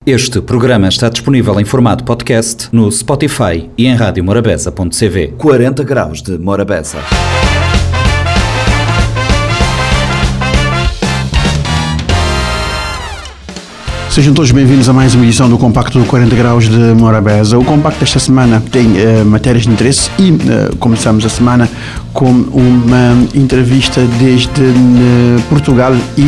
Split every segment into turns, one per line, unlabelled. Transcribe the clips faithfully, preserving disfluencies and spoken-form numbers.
Este programa está disponível em formato podcast no Spotify e em rádio morabeza ponto c v.
quarenta graus de Morabeza.
Sejam todos bem-vindos a mais uma edição do Compacto do quarenta graus de Morabeza. O Compacto desta semana tem uh, matérias de interesse e uh, começamos a semana com uma entrevista desde uh, Portugal e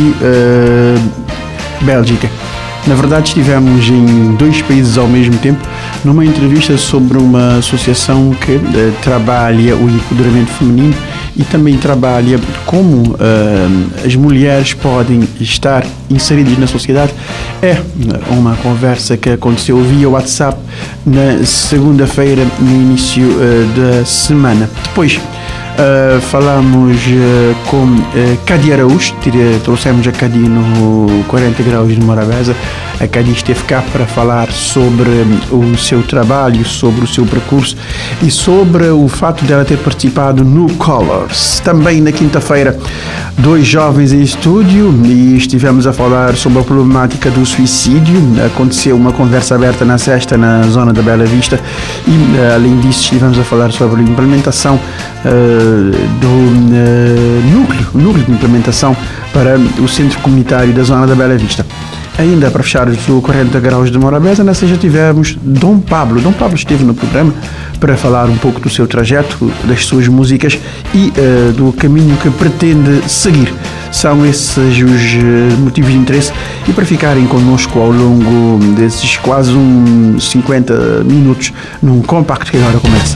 uh, Bélgica. Na verdade, estivemos em dois países ao mesmo tempo numa entrevista sobre uma associação que uh, trabalha o empoderamento feminino e também trabalha como uh, as mulheres podem estar inseridas na sociedade. É uma conversa que aconteceu via WhatsApp na segunda-feira, no início uh, da semana. Depois Uh, falamos uh, com uh, Cadi Araújo, trouxemos a Cadi no quarenta graus de Morabeza. A Cadi esteve cá para falar sobre um, o seu trabalho, sobre o seu percurso e sobre o fato dela ter participado no Colors. Também na quinta-feira, dois jovens em estúdio e estivemos a falar sobre a problemática do suicídio. Aconteceu uma conversa aberta na sexta, na zona da Bela Vista, e uh, além disso estivemos a falar sobre a implementação uh, do uh, núcleo, núcleo de implementação para o centro comunitário da zona da Bela Vista. Ainda para fechar o quarenta graus de Morabeza, nessa já tivemos Dom Pablo. Dom Pablo esteve no programa para falar um pouco do seu trajeto, das suas músicas e uh, do caminho que pretende seguir. São esses os motivos de interesse e para ficarem connosco ao longo desses quase uns cinquenta minutos num compacto que agora começa.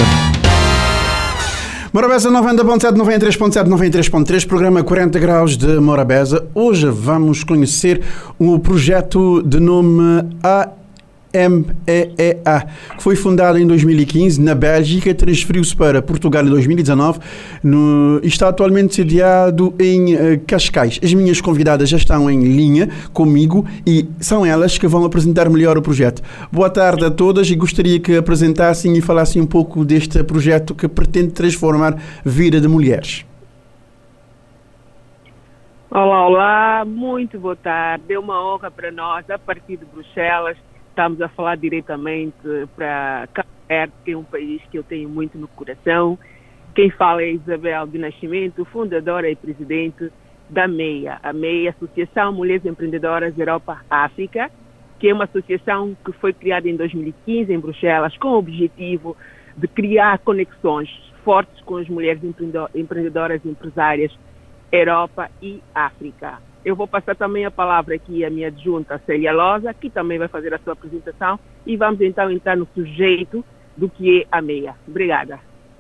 Morabeza noventa ponto sete, noventa e três ponto sete, noventa e três ponto três, programa quarenta graus de Morabeza. Hoje vamos conhecer o projeto de nome A M E E A, que foi fundado em dois mil e quinze na Bélgica, transferiu-se para Portugal em dois mil e dezanove no, e está atualmente sediado em uh, Cascais. As minhas convidadas já estão em linha comigo e são elas que vão apresentar melhor o projeto. Boa tarde a todas e gostaria que apresentassem e falassem um pouco deste projeto que pretende transformar a vida de mulheres.
Olá, olá, muito boa tarde. É uma honra para nós, a partir de Bruxelas. Estamos a falar diretamente para Cabo Verde, que é um país que eu tenho muito no coração. Quem fala é Isabel de Nascimento, fundadora e presidente da MEIA, a MEIA, Associação Mulheres Empreendedoras Europa-África, que é uma associação que foi criada em dois mil e quinze em Bruxelas com o objetivo de criar conexões fortes com as mulheres empreendedoras e empresárias Europa e África. Eu vou passar também a palavra aqui à minha adjunta Célia Loza, que também vai fazer a sua apresentação, e vamos então entrar no sujeito do que é a MEIA. Obrigada.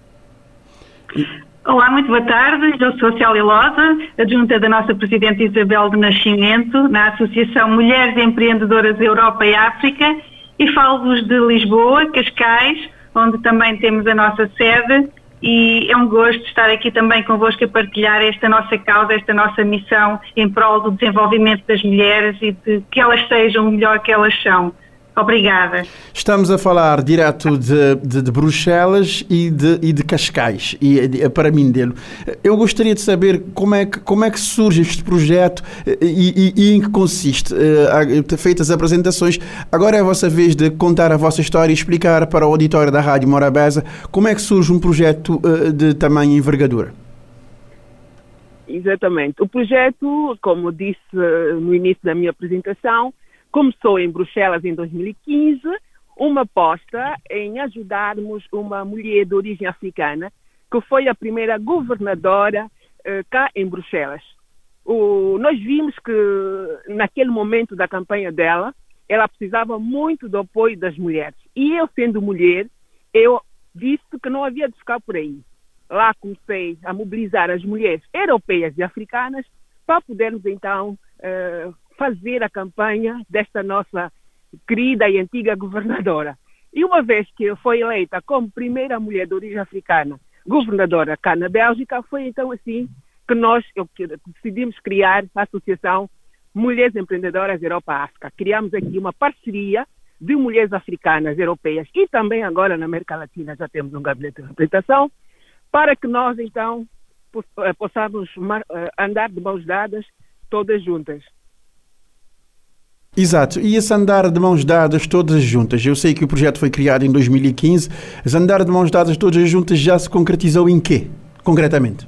Olá, muito boa tarde. Eu sou Célia Loza, adjunta da nossa Presidente Isabel de Nascimento, na Associação Mulheres Empreendedoras Europa e África, e falo-vos de Lisboa, Cascais, onde também temos a nossa sede. E é um gosto estar aqui também convosco a partilhar esta nossa causa, esta nossa missão em prol do desenvolvimento das mulheres e de que elas sejam o melhor que elas são. Obrigada. Estamos a falar direto de, de, de Bruxelas e de, e de Cascais, e de, para Mindelo. Eu gostaria de saber como é que, como é que surge este projeto e, e, e em que consiste. Uh, feitas as apresentações, agora é a vossa vez de contar a vossa história e explicar para o auditório da Rádio Morabeza como é que surge um projeto uh, de tamanho e envergadura.
Exatamente. O projeto, como disse uh, no início da minha apresentação, começou em Bruxelas em dois mil e quinze, uma aposta em ajudarmos uma mulher de origem africana que foi a primeira governadora uh, cá em Bruxelas. O, nós vimos que naquele momento da campanha dela, ela precisava muito do apoio das mulheres. E eu, sendo mulher, eu disse que não havia de ficar por aí. Lá comecei a mobilizar as mulheres europeias e africanas para podermos então uh, fazer a campanha desta nossa querida e antiga governadora. E uma vez que foi eleita como primeira mulher de origem africana governadora cá na Bélgica, foi então assim que nós eu, que decidimos criar a Associação Mulheres Empreendedoras Europa-África. Criamos aqui uma parceria de mulheres africanas, europeias e também agora na América Latina já temos um gabinete de representação para que nós então possamos andar de mãos dadas todas juntas.
Exato, e esse andar de mãos dadas todas juntas, eu sei que o projeto foi criado em dois mil e quinze, esse andar de mãos dadas todas juntas já se concretizou em quê, concretamente?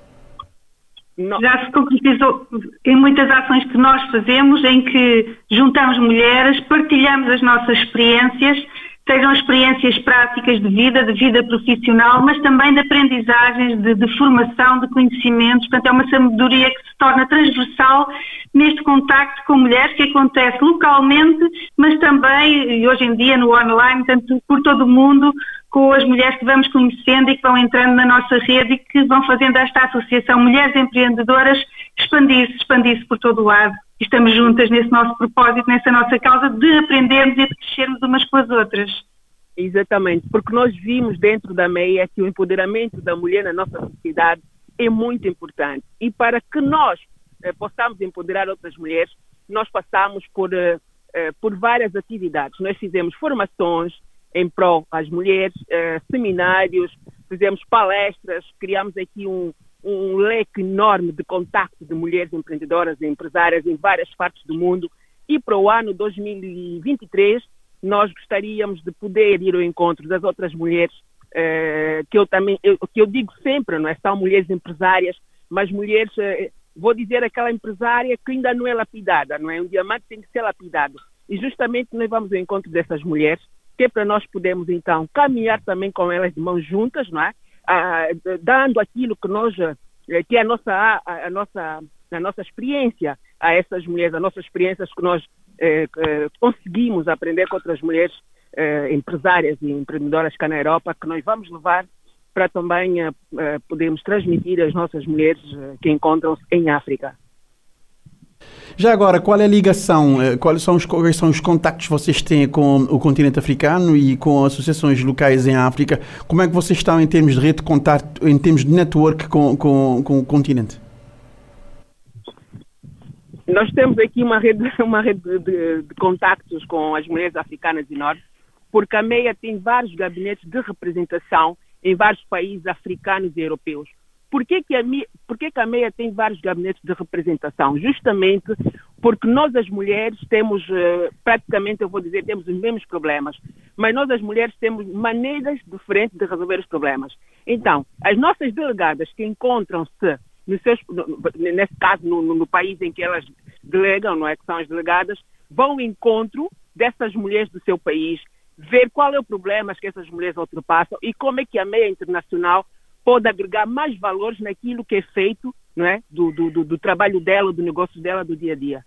Não. Já se concretizou em muitas ações que nós fazemos, em que juntamos mulheres, partilhamos as nossas experiências, sejam experiências práticas de vida, de vida profissional, mas também de aprendizagens, de, de formação, de conhecimentos. Portanto, é uma sabedoria que se torna transversal neste contacto com mulheres, que acontece localmente, mas também, e hoje em dia, no online, tanto por todo o mundo, com as mulheres que vamos conhecendo e que vão entrando na nossa rede e que vão fazendo esta associação Mulheres Empreendedoras expandir-se, expandir-se por todo o lado. E estamos juntas nesse nosso propósito, nessa nossa causa de aprendermos e de crescermos umas com as outras.
Exatamente, porque nós vimos dentro da M E I A que o empoderamento da mulher na nossa sociedade é muito importante. E para que nós eh, possamos empoderar outras mulheres, nós passamos por, eh, eh, por várias atividades. Nós fizemos formações em prol às mulheres, eh, seminários, fizemos palestras, criamos aqui um, um leque enorme de contacto de mulheres empreendedoras e empresárias em várias partes do mundo. E para o ano dois mil e vinte e três, nós gostaríamos de poder ir ao encontro das outras mulheres, eh, que eu também, eu, que eu digo sempre, não é? São mulheres empresárias, mas mulheres, eh, vou dizer aquela empresária que ainda não é lapidada, não é? Um diamante tem que ser lapidado. E justamente nós vamos ao encontro dessas mulheres, que é para nós podermos então caminhar também com elas de mãos juntas, não é? Ah, dando aquilo que nós, que é a nossa, a, a nossa, a nossa experiência a essas mulheres, as nossas experiências que nós eh, eh, conseguimos aprender com outras mulheres eh, empresárias e empreendedoras cá na Europa, que nós vamos levar para também eh, podermos transmitir às nossas mulheres eh, que encontram-se em África.
Já agora, qual é a ligação, quais são os, quais são os contactos que vocês têm com o continente africano e com associações locais em África? Como é que vocês estão em termos de rede de contacto, em termos de network com, com, com o continente?
Nós temos aqui uma rede, uma rede de, de, de contactos com as mulheres africanas e norte, porque a M E I A tem vários gabinetes de representação em vários países africanos e europeus. Por que que a, por que que a M E I A tem vários gabinetes de representação? Justamente porque nós, as mulheres, temos, uh, praticamente, eu vou dizer, temos os mesmos problemas. Mas nós, as mulheres, temos maneiras diferentes de resolver os problemas. Então, as nossas delegadas que encontram-se, nos seus, nesse caso, no, no país em que elas delegam, não é, que são as delegadas, vão ao encontro dessas mulheres do seu país, ver qual é o problema que essas mulheres ultrapassam e como é que a M E I A internacional pode agregar mais valores naquilo que é feito, não é? Do, do, do, do trabalho dela, do negócio dela, do dia a dia.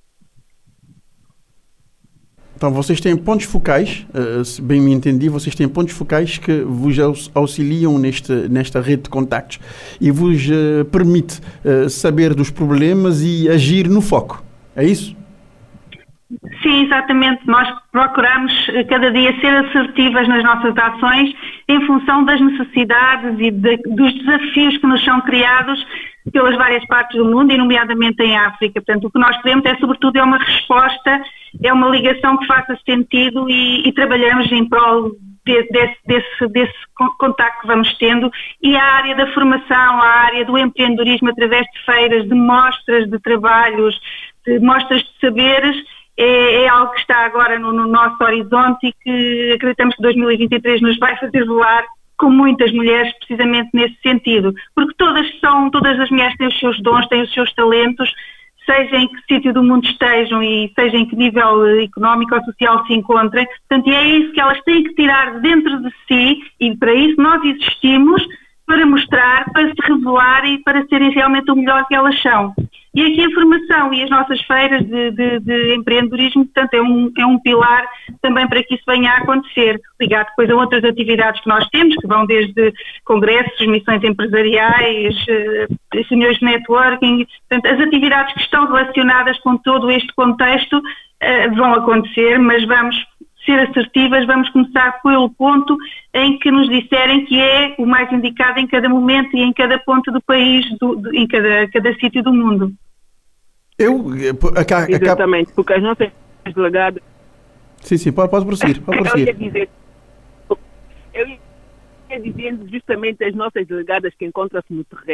Então, vocês têm pontos focais, uh, se bem me entendi, vocês têm pontos focais que vos auxiliam neste, nesta rede de contactos e vos uh, permite uh, saber dos problemas e agir no foco. É isso?
Sim, exatamente. Nós procuramos cada dia ser assertivas nas nossas ações em função das necessidades e de, dos desafios que nos são criados pelas várias partes do mundo, e nomeadamente em África. Portanto, o que nós queremos é, sobretudo, é uma resposta, é uma ligação que faça sentido e, e trabalhamos em prol de, desse, desse, desse contacto que vamos tendo. E a área da formação, a área do empreendedorismo através de feiras, de mostras de trabalhos, de mostras de saberes, É, é algo que está agora no, no nosso horizonte e que acreditamos que dois mil e vinte e três nos vai fazer voar com muitas mulheres precisamente nesse sentido. Porque todas são, todas as mulheres têm os seus dons, têm os seus talentos, seja em que sítio do mundo estejam e seja em que nível económico ou social se encontrem. Portanto, é isso que elas têm que tirar dentro de si e para isso nós existimos, para mostrar, para se revelar e para serem realmente o melhor que elas são. E aqui a formação e as nossas feiras de, de, de empreendedorismo, portanto, é um, é um pilar também para que isso venha a acontecer, ligado depois a outras atividades que nós temos, que vão desde congressos, missões empresariais, uh, reuniões de networking, portanto, as atividades que estão relacionadas com todo este contexto uh, vão acontecer, mas vamos ser assertivas, vamos começar pelo ponto em que nos disserem que é o mais indicado em cada momento e em cada ponto do país, do, do, em cada, cada sítio do mundo.
Eu, acá,
Exatamente, porque as nossas delegadas...
Sim, sim, pode, pode prosseguir, pode prosseguir.
Eu ia dizer, eu ia dizer justamente as nossas delegadas que encontram-se no terreno,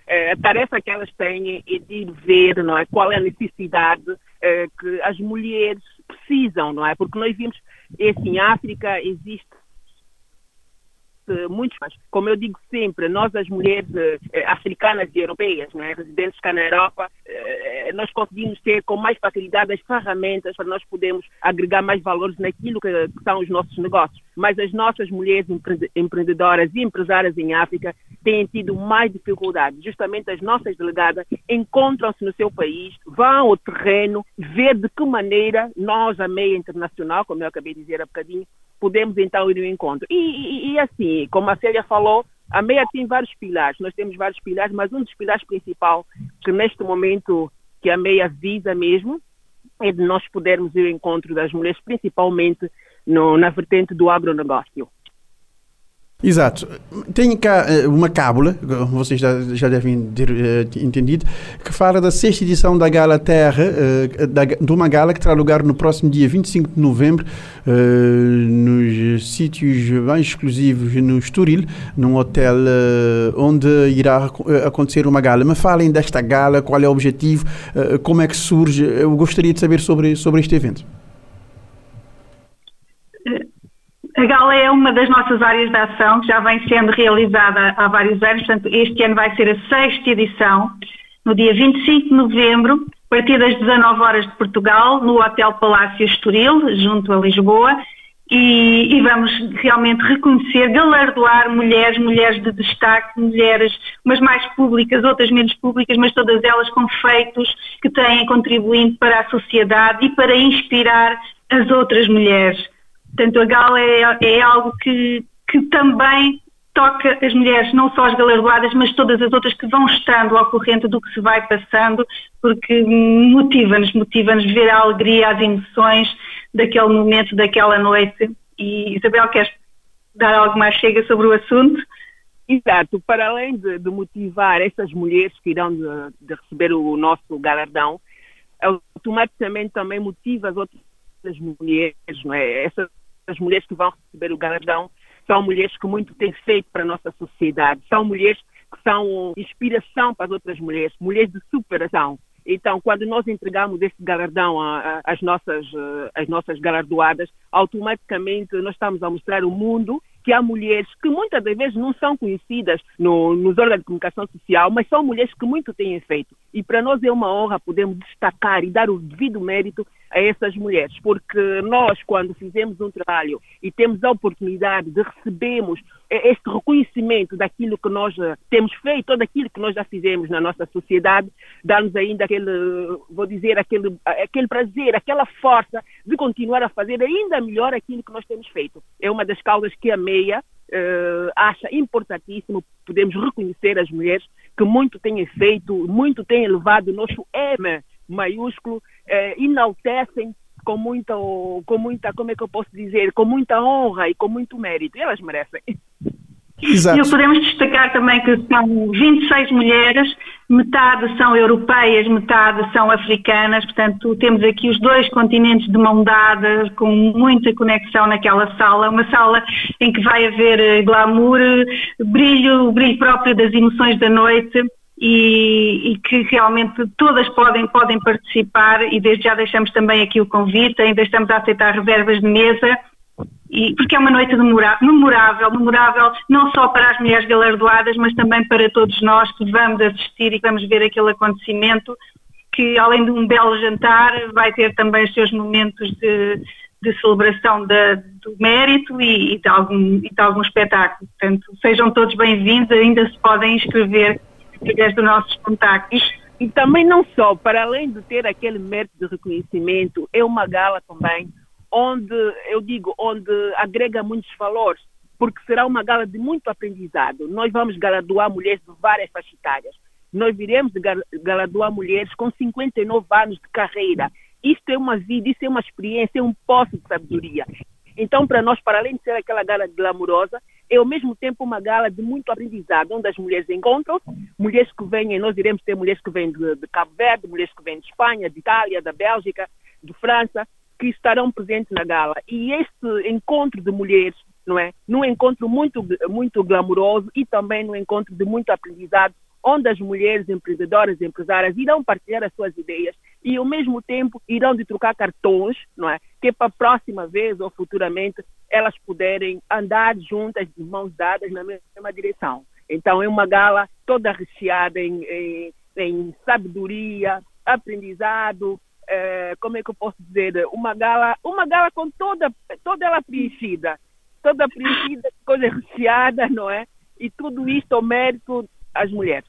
a tarefa que elas têm é de ver, não é, qual é a necessidade eh, que as mulheres precisam, não é? Porque nós vimos, assim, em África existe muitos, mas como eu digo sempre, nós as mulheres eh, africanas e europeias, não é, residentes cá na Europa, eh, nós conseguimos ter com mais facilidade as ferramentas para nós podermos agregar mais valores naquilo que, que são os nossos negócios. Mas as nossas mulheres empreendedoras e empresárias em África têm tido mais dificuldade. Justamente as nossas delegadas encontram-se no seu país, vão ao terreno, ver de que maneira nós, a meia internacional, como eu acabei de dizer há bocadinho, podemos então ir ao encontro. E, e, e assim, como a Célia falou, a meia tem vários pilares, nós temos vários pilares, mas um dos pilares principais que neste momento que a meia visa mesmo é de nós podermos ir ao encontro das mulheres, principalmente no, na vertente do agronegócio.
Exato. Tem cá uh, uma cábula, vocês já, já devem ter uh, entendido, que fala da sexta edição da Gala Terra, uh, da, de uma gala que terá lugar no próximo dia vinte e cinco de novembro, uh, nos sítios mais exclusivos no Estoril, num hotel uh, onde irá uh, acontecer uma gala. Mas falem desta gala, qual é o objetivo, uh, como é que surge. Eu gostaria de saber sobre, sobre este evento.
A gala é uma das nossas áreas de ação, que já vem sendo realizada há vários anos, portanto este ano vai ser a sexta edição, no dia vinte e cinco de novembro, a partir das dezanove horas de Portugal, no Hotel Palácio Estoril, junto a Lisboa, e, e vamos realmente reconhecer, galardoar mulheres, mulheres de destaque, mulheres, umas mais públicas, outras menos públicas, mas todas elas com feitos que têm contribuindo para a sociedade e para inspirar as outras mulheres. Portanto, a gala é, é algo que, que também toca as mulheres, não só as galardoadas, mas todas as outras que vão estando ao corrente do que se vai passando, porque motiva-nos, motiva-nos ver a alegria, as emoções daquele momento, daquela noite. E Isabel, queres dar algo mais chega sobre o assunto?
Exato, para além de, de motivar essas mulheres que irão de, de receber o nosso galardão, automaticamente também motiva as outras mulheres, não é? Essas as mulheres que vão receber o galardão são mulheres que muito têm feito para a nossa sociedade, são mulheres que são inspiração para as outras mulheres, mulheres de superação. Então, quando nós entregamos esse galardão às nossas, às nossas galardoadas, automaticamente nós estamos a mostrar ao mundo que há mulheres que muitas das vezes não são conhecidas no, nos órgãos de comunicação social, mas são mulheres que muito têm feito. E para nós é uma honra podermos destacar e dar o devido mérito a essas mulheres, porque nós, quando fizemos um trabalho e temos a oportunidade de recebermos este reconhecimento daquilo que nós temos feito, ou daquilo que nós já fizemos na nossa sociedade, dá-nos ainda aquele, vou dizer, aquele, aquele prazer, aquela força de continuar a fazer ainda melhor aquilo que nós temos feito. É uma das causas que a meia uh, acha importantíssimo podermos reconhecer as mulheres que muito têm feito, muito têm levado o nosso M maiúsculo, uh, enaltecem com muita, com muita, como é que eu posso dizer, com muita honra e com muito mérito. E elas merecem.
Exato.
E podemos destacar também que são vinte e seis mulheres, metade são europeias, metade são africanas, portanto temos aqui os dois continentes de mão dada, com muita conexão naquela sala, uma sala em que vai haver glamour, brilho, o brilho próprio das emoções da noite. E, e que realmente todas podem, podem participar, e desde já deixamos também aqui o convite, ainda estamos a aceitar reservas de mesa, e, porque é uma noite memorável, memorável não só para as mulheres galardoadas, mas também para todos nós que vamos assistir e que vamos ver aquele acontecimento, que além de um belo jantar, vai ter também os seus momentos de, de celebração de, do mérito e, e, de algum, e de algum espetáculo. Portanto, sejam todos bem-vindos, ainda se podem inscrever através dos nossos contactos.
E também não só, para além de ter aquele mérito de reconhecimento, é uma gala também onde, eu digo, onde agrega muitos valores, porque será uma gala de muito aprendizado. Nós vamos galardoar mulheres de várias faixas etárias. Nós viremos galardoar mulheres com cinquenta e nove anos de carreira. Isto é uma vida, isso é uma experiência, é um poço de sabedoria. Então, para nós, para além de ser aquela gala glamourosa, é ao mesmo tempo uma gala de muito aprendizado, onde as mulheres encontram, mulheres que vêm, nós iremos ter mulheres que vêm de, de Cabo Verde, mulheres que vêm de Espanha, de Itália, da Bélgica, de França, que estarão presentes na gala. E este encontro de mulheres, não é? Num encontro muito, muito glamouroso e também num encontro de muito aprendizado, onde as mulheres empreendedoras e empresárias irão partilhar as suas ideias e, ao mesmo tempo, irão de trocar cartões, não é? Que é para a próxima vez ou futuramente elas puderem andar juntas, de mãos dadas, na mesma direção. Então, é uma gala toda recheada em, em, em sabedoria, aprendizado, eh, como é que eu posso dizer? Uma gala, uma gala com toda, toda ela preenchida, toda preenchida, coisa recheada, não é? E tudo isto ao mérito às mulheres.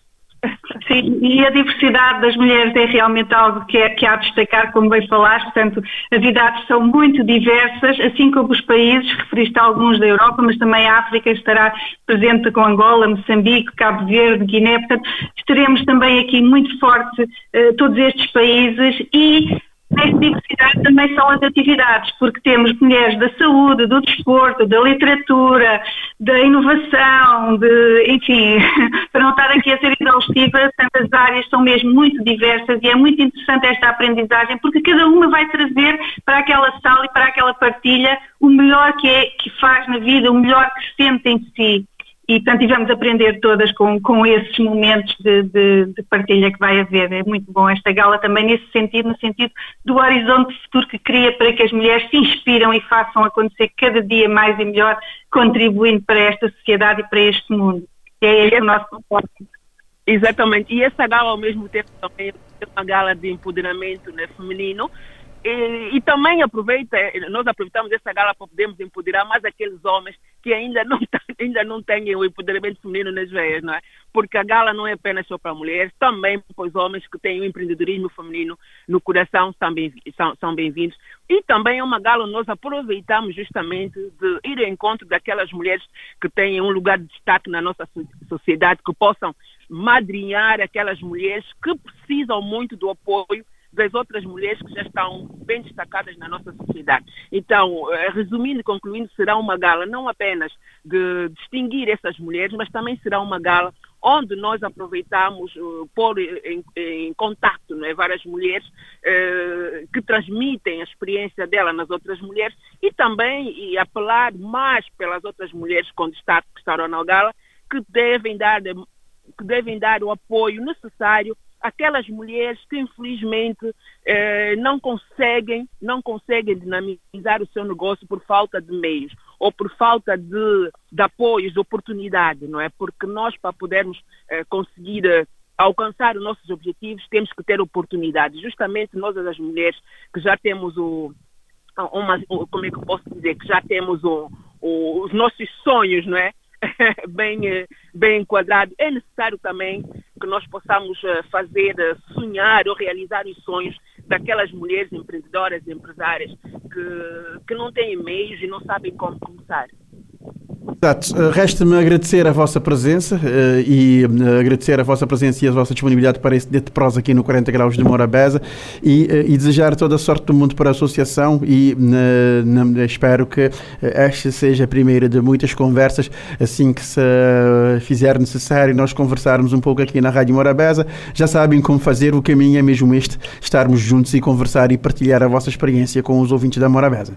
Sim, e a diversidade das mulheres é realmente algo que, é, que há de destacar, como bem falaste. Portanto, as idades são muito diversas, assim como os países, referiste a alguns da Europa, mas também a África estará presente com Angola, Moçambique, Cabo Verde, Guiné. Portanto, estaremos também aqui muito forte uh, todos estes países, e nesta diversidade também são as atividades, porque temos mulheres da saúde, do desporto, da literatura, da inovação, de, enfim, para não estar aqui a ser exaustiva, tantas áreas são mesmo muito diversas, e é muito interessante esta aprendizagem, porque cada uma vai trazer para aquela sala e para aquela partilha o melhor que, é, que faz na vida, o melhor que sente em si. E, portanto, vamos aprender todas com, com esses momentos de, de, de partilha que vai haver. É muito bom esta gala também nesse sentido, no sentido do horizonte futuro que cria para que as mulheres se inspiram e façam acontecer cada dia mais e melhor, contribuindo para esta sociedade e para este mundo. E é esse o nosso propósito.
Exatamente. E essa gala, ao mesmo tempo, também é uma gala de empoderamento, né, feminino. E, e também aproveita, nós aproveitamos essa gala para podermos empoderar mais aqueles homens que ainda não, ainda não têm o empoderamento feminino nas veias, não é? Porque a gala não é apenas só para mulheres, também para os homens que têm o empreendedorismo feminino no coração são, bem, são, são bem-vindos. E também é uma gala onde nós aproveitamos justamente de ir ao encontro daquelas mulheres que têm um lugar de destaque na nossa sociedade, que possam madrinhar aquelas mulheres que precisam muito do apoio das outras mulheres que já estão bem destacadas na nossa sociedade. Então, resumindo e concluindo, será uma gala não apenas de distinguir essas mulheres, mas também será uma gala onde nós aproveitamos uh, pôr em, em contato, não é, várias mulheres uh, que transmitem a experiência dela nas outras mulheres, e também e apelar mais pelas outras mulheres com destaque que estarão na gala, que devem dar, que devem dar o apoio necessário aquelas mulheres que infelizmente eh, não conseguem, não conseguem dinamizar o seu negócio por falta de meios ou por falta de, de apoios, de oportunidade, não é? Porque nós, para podermos eh, conseguir eh, alcançar os nossos objetivos, temos que ter oportunidades. Justamente nós, as mulheres, que já temos o, uma, como é que eu posso dizer, que já temos o, o, os nossos sonhos, não é? bem, bem enquadrado, é necessário também que nós possamos fazer, sonhar ou realizar os sonhos daquelas mulheres empreendedoras e empresárias que, que não têm meios e não sabem como começar.
Exato. Resta-me agradecer a vossa presença uh, e uh, agradecer a vossa presença e a vossa disponibilidade para este debate de prosa aqui no quarenta graus de Morabeza, e, uh, e desejar toda a sorte do mundo para a associação, e uh, na, espero que esta seja a primeira de muitas conversas, assim que se uh, fizer necessário nós conversarmos um pouco aqui na Rádio Morabeza. Já sabem como fazer, o caminho é mesmo este, estarmos juntos e conversar e partilhar a vossa experiência com os ouvintes da Morabeza.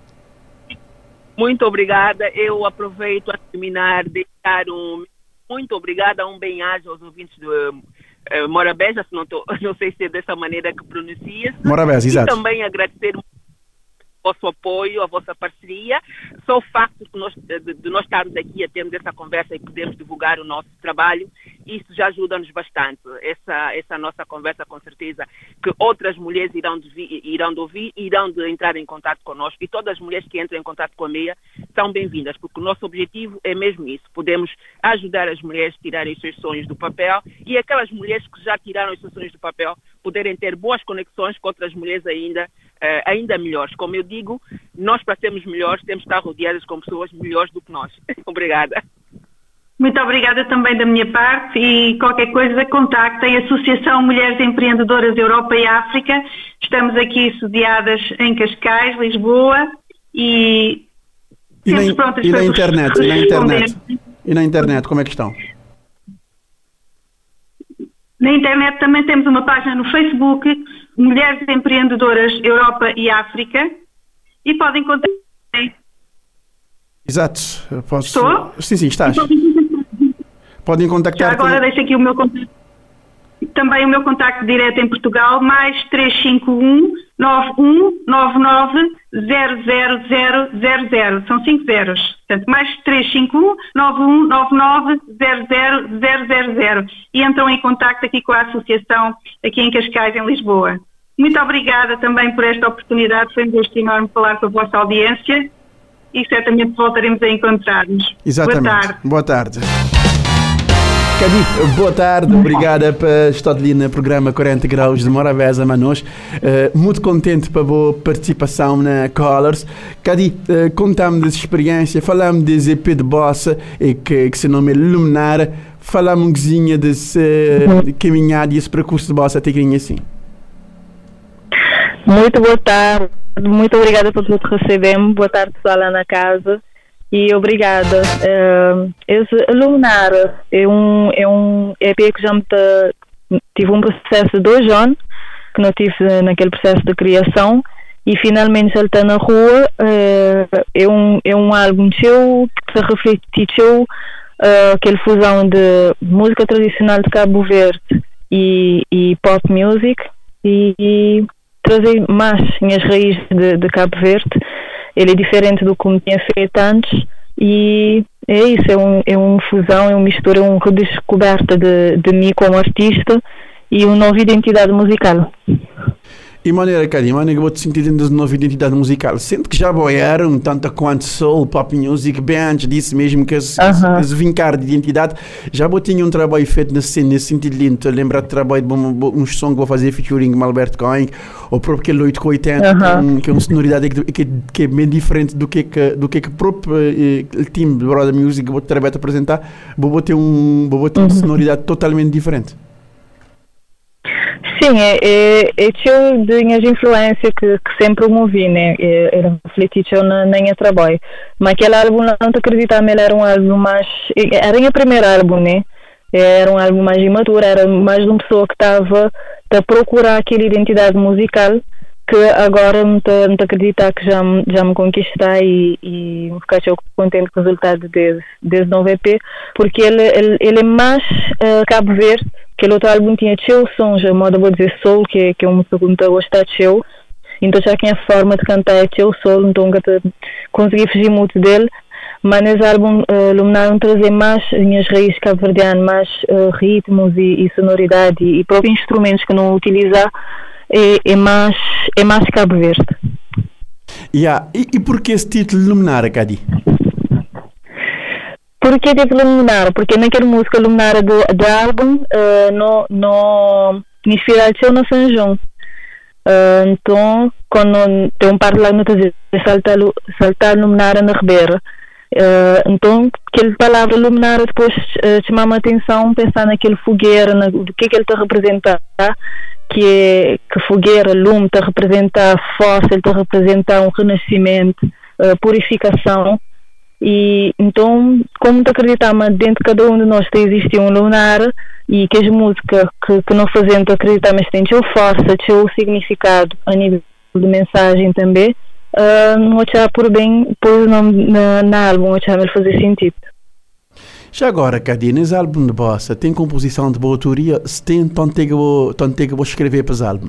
Muito obrigada. Eu aproveito a terminar de dar um muito obrigada, um bem-aja aos ouvintes do uh, Morabeza, se não, tô, não sei se é dessa maneira que pronuncia-se.
Morabeza, exato.
E também agradecer o vosso apoio, a vossa parceria. Só o facto de nós, de, de nós estarmos aqui a termos essa conversa e podermos divulgar o nosso trabalho, isso já ajuda-nos bastante. Essa, essa nossa conversa, com certeza, que outras mulheres irão de, irão de ouvir, irão de entrar em contato conosco, e todas as mulheres que entram em contato com a M E A são bem-vindas, porque o nosso objetivo é mesmo isso. Podemos ajudar as mulheres a tirarem os seus sonhos do papel, e aquelas mulheres que já tiraram os seus sonhos do papel poderem ter boas conexões com outras mulheres ainda, uh, ainda melhores. Como eu digo, nós, para sermos melhores, temos de estar rodeadas com pessoas melhores do que nós. Obrigada.
Muito obrigada também da minha parte, e qualquer coisa contactem a Associação Mulheres Empreendedoras Europa e África. Estamos aqui sediadas em Cascais, Lisboa, e
e
temos
na,
prontas
e
para
na internet, e na internet, e na internet, como é que estão?
Na internet também temos uma página no Facebook, Mulheres Empreendedoras Europa e África, e podem contactar.
Exato. Posso...
Estou?
Sim, sim, estás. Podem contactar...
Já agora deixo aqui o meu contacto. Também o meu contacto direto em Portugal, mais três cinco um, nove um nove nove, zero zero zero zero zero. São cinco zeros. Portanto, mais três cinco um, nove um nove nove, zero zero zero zero zero. E entram em contacto aqui com a associação aqui em Cascais, em Lisboa. Muito obrigada também por esta oportunidade. Foi um gosto enorme falar com a vossa audiência e certamente voltaremos a encontrar-nos.
Exatamente.
Boa tarde.
Boa tarde. Cadi, boa tarde, obrigada por estar ali no programa quarenta graus de Morabeza, Manos. Uh, muito contente pela boa participação na Colors. Cadi, uh, contamos dessa experiência, falamos desse E P de bossa que, que se nome Luminar, falamos um pouquinho desse uh, caminhada e esse percurso de bossa até que assim.
Muito boa tarde, muito obrigada por tudo que recebemos. Boa tarde, pessoal lá na casa. E obrigada. Uh, esse Luminar é um, é um E P que já me tá, tive um processo de dois anos, que não tive naquele processo de criação, e finalmente ele está na rua. Uh, é, um, é um álbum seu que refletiu uh, aquela fusão de música tradicional de Cabo Verde e, e pop music, e, e trazer mais as raízes de, de Cabo Verde. Ele é diferente do que tinha feito antes e é isso, é, um, é uma fusão, é uma mistura, é uma redescoberta de, de mim como artista e uma nova identidade musical.
E maneira, Cadi, maneira que vou te sentir dentro da nova identidade musical. Sendo que já boiaram tanto quanto soul, pop music, bem antes disso mesmo, que esse, uh-huh. esse vincar de identidade, já vou ter um trabalho feito nesse, nesse sentido lindo. Lembrar de trabalho de um, um som que vou fazer featuring com Alberto Cohen, ou próprio que é oito oitenta, uh-huh. que é uma sonoridade que, que, que é bem diferente do que que, do que, que o próprio eh, time de Brother Music que vou trabalhar a apresentar, vou ter, um, vou ter uh-huh. uma sonoridade totalmente diferente.
Sim, é, é, é tio de minhas influências que, que sempre movi, né? Era refletido na minha trabalho. Mas aquele álbum, não te acredito, ele era um álbum mais... Era o meu primeiro álbum, né? Era um álbum mais imaturo, era mais de uma pessoa que estava a procurar aquela identidade musical que agora me te acreditar que já, já me conquistar e, e me ficar contente com o resultado desse, desse novo E P, porque ele, ele, ele é mais uh, Cabo Verde. Aquele outro álbum tinha teu sons, a moda vou dizer soul, que é, que é uma música que me gosta de teu, então já que a forma de cantar é teu soul, então eu consegui fugir muito dele, mas nesse álbum uh, Luminar trazer mais minhas raízes cabo-verdianas, mais uh, ritmos e, e sonoridade e, e próprios instrumentos que não utilizar, é, é, mais, é mais Cabo Verde.
Yeah. E, e por que esse título Luminar, Cadi?
Por que título Luminar? Porque naquela música Luminar do, do álbum uh, no, no, me inspiração no São João. Uh, então, quando tem um par lá no dizer saltar, saltar Luminar na Ribeira. Uh, então, aquela palavra Luminar depois uh, chamava a atenção, pensar naquele fogueira, na, do que é que ele está a representar, que é que fogueira, lume, está a representar força, ele está a representar um renascimento, uh, purificação. E então, como te acreditamos, dentro de cada um de nós existe um luminar e que as músicas que, que nós fazemos acreditamos têm seu força, seu significado a nível de mensagem também, uh, não achava por bem pôr o nome na, na álbum, achava ele fazer sentido.
Já agora, Cadi, nesse álbum de bossa, tem composição de boa autoria? Se tem, tanto é que vou, tanto é que vou escrever para esse álbum?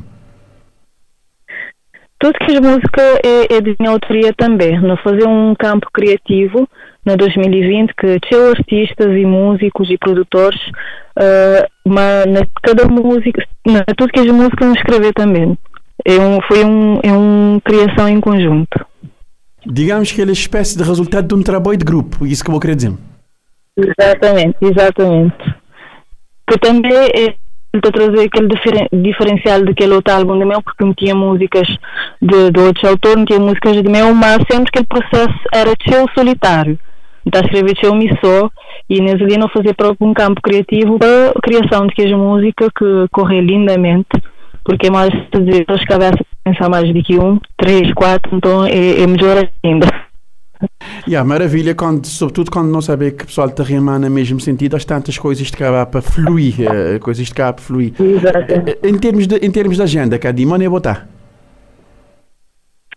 Tudo que as músicas é, é de minha autoria também. Nós fazemos um campo criativo no dois mil e vinte que tinha artistas e músicos e produtores, uh, mas na, cada música, na, tudo que as músicas vão escrever também. É um, foi uma é um criação em conjunto. Digamos que ele é espécie de resultado de um trabalho de grupo, isso que eu vou querer dizer. Exatamente, exatamente. Que também é para trazer aquele diferen, diferencial daquele outro álbum de meu, porque não tinha músicas de, de outros autores, não tinha músicas de meu, mas sempre que o processo era teu solitário. Então escrever teu missão e nesse dia não fazer próprio um campo criativo para a criação de que as músicas que corre lindamente, porque é mais de dizer, as cabeças pensar mais de que um, três, quatro, então é, é melhor ainda. Yeah, maravilha, quando, sobretudo quando não saber que o pessoal está remando no mesmo sentido, as tantas coisas de cá para fluir, uh, coisas de cá para fluir. Uh, em, termos de, em termos de agenda, Cadi, onde é botar?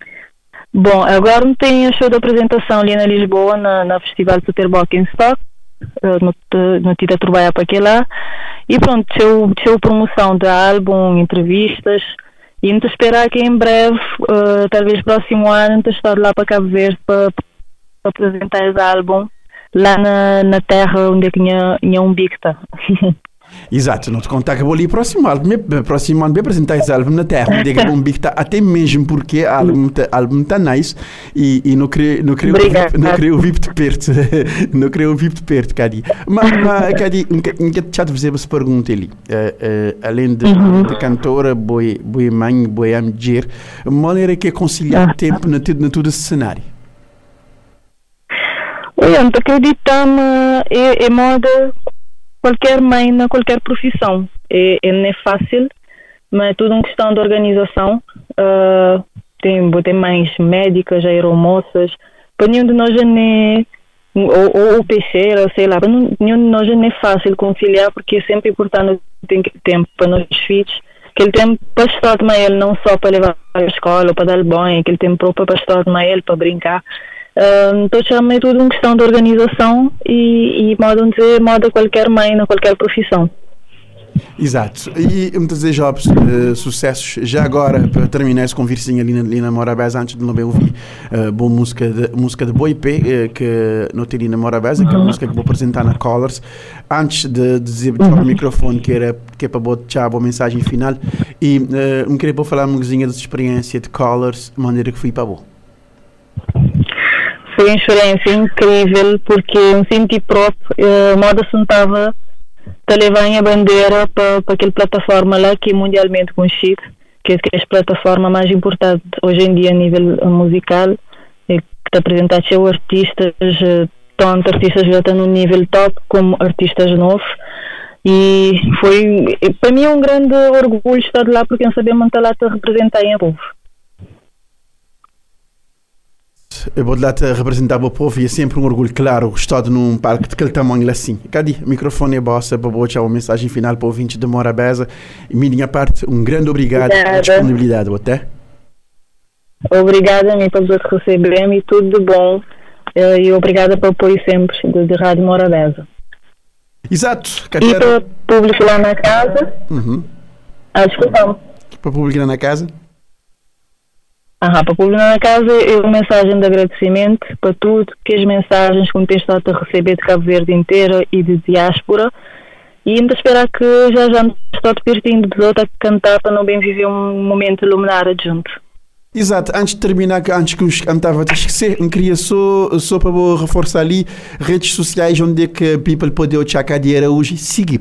Bom, agora tem a show de apresentação ali na Lisboa, na, na Festival Suterbock em Stock,
uh, não te, não tive a trabalhar para aquilo lá. E pronto, eu tive promoção de álbum, entrevistas, e não esperar que em breve, uh, talvez próximo ano, não estar lá para Cabo Verde para, para apresentar esse álbum lá na, na terra onde é que tinha um bicta.
Exato, não te contar que vou ali próximo álbum, próximo ano, bem apresentar esse álbum na terra, onde é que é um bicta, até mesmo porque o álbum está álbum tá nice e, e não queria não queria não queria ouvir de perto, não queria ouvir de perto, Cadi. Mas, mas Cadi, nunca te já te fazer essa pergunta ali, uh, uh, além de, uhum. de cantora, boi, boi mãe, boi a mulher, a maneira que é conciliar o tempo na, na todo esse cenário.
Eu acredito que é, é moda qualquer mãe na qualquer profissão. É, é, não é fácil, mas é tudo uma questão de organização. Uh, tem, tem mães médicas, aeromoças, para nenhum de nós já não é, ou, ou, ou peixeira, sei lá, para nenhum de nós já não é fácil conciliar, porque é sempre importante ter tempo para nós filhos, aquele tempo para estar com ele, não só para levar para a escola, para dar banho, aquele tempo próprio para estar com ele, para brincar. Uh, então também é tudo uma questão de organização e, e modo de dizer, moda qualquer mãe na qualquer profissão.
Exato, e eu me desejo uh, sucessos já agora para terminar esse conversinho ali na, ali na Morabeza, antes de não bem ouvir uh, boa música de, música de Boi P, uh, que não teria na Morabeza, uhum. que é a música que vou apresentar na Colors, antes de, de dizer uhum. o microfone que, era, que é para botar a boa mensagem final, e uh, me queria para falar uma coisinha dessa experiência de Colors, a maneira que fui para boa.
Foi uma experiência incrível, porque me senti próprio, a moda se estava a levar a bandeira para, para aquela plataforma lá que é mundialmente conhecida, que é a plataforma mais importante hoje em dia a nível musical, que está apresentado a artistas, tanto artistas já estão no nível top como artistas novos, e foi, para mim é um grande orgulho estar lá, porque não sabemos estar lá a representar o povo.
Eu vou lá te representar o povo e é sempre um orgulho, claro, estado num parque de aquele tamanho assim. Cadê? O microfone é bossa para botar uma mensagem final para o ouvinte de Morabeza. E minha parte, um grande obrigado pela disponibilidade, até.
Obrigada a mim por receber-me e tudo de bom. E obrigada pelo apoio sempre de, de Rádio Morabeza.
Exato.
Cadê? E para o público lá na casa.
Uhum.
Ah, desculpa.
Para o público lá na casa.
Ah, para publicar na casa é uma mensagem de agradecimento para tudo, que as mensagens que me têm estado a receber de Cabo Verde inteira e de diáspora, e ainda esperar que já já me estou pertinho de outra a cantar para não bem viver um momento iluminar junto.
Exato, antes de terminar, antes que eu estava a esquecer, eu queria só, só para reforçar ali redes sociais onde é que people pode achar Cadi hoje, seguir.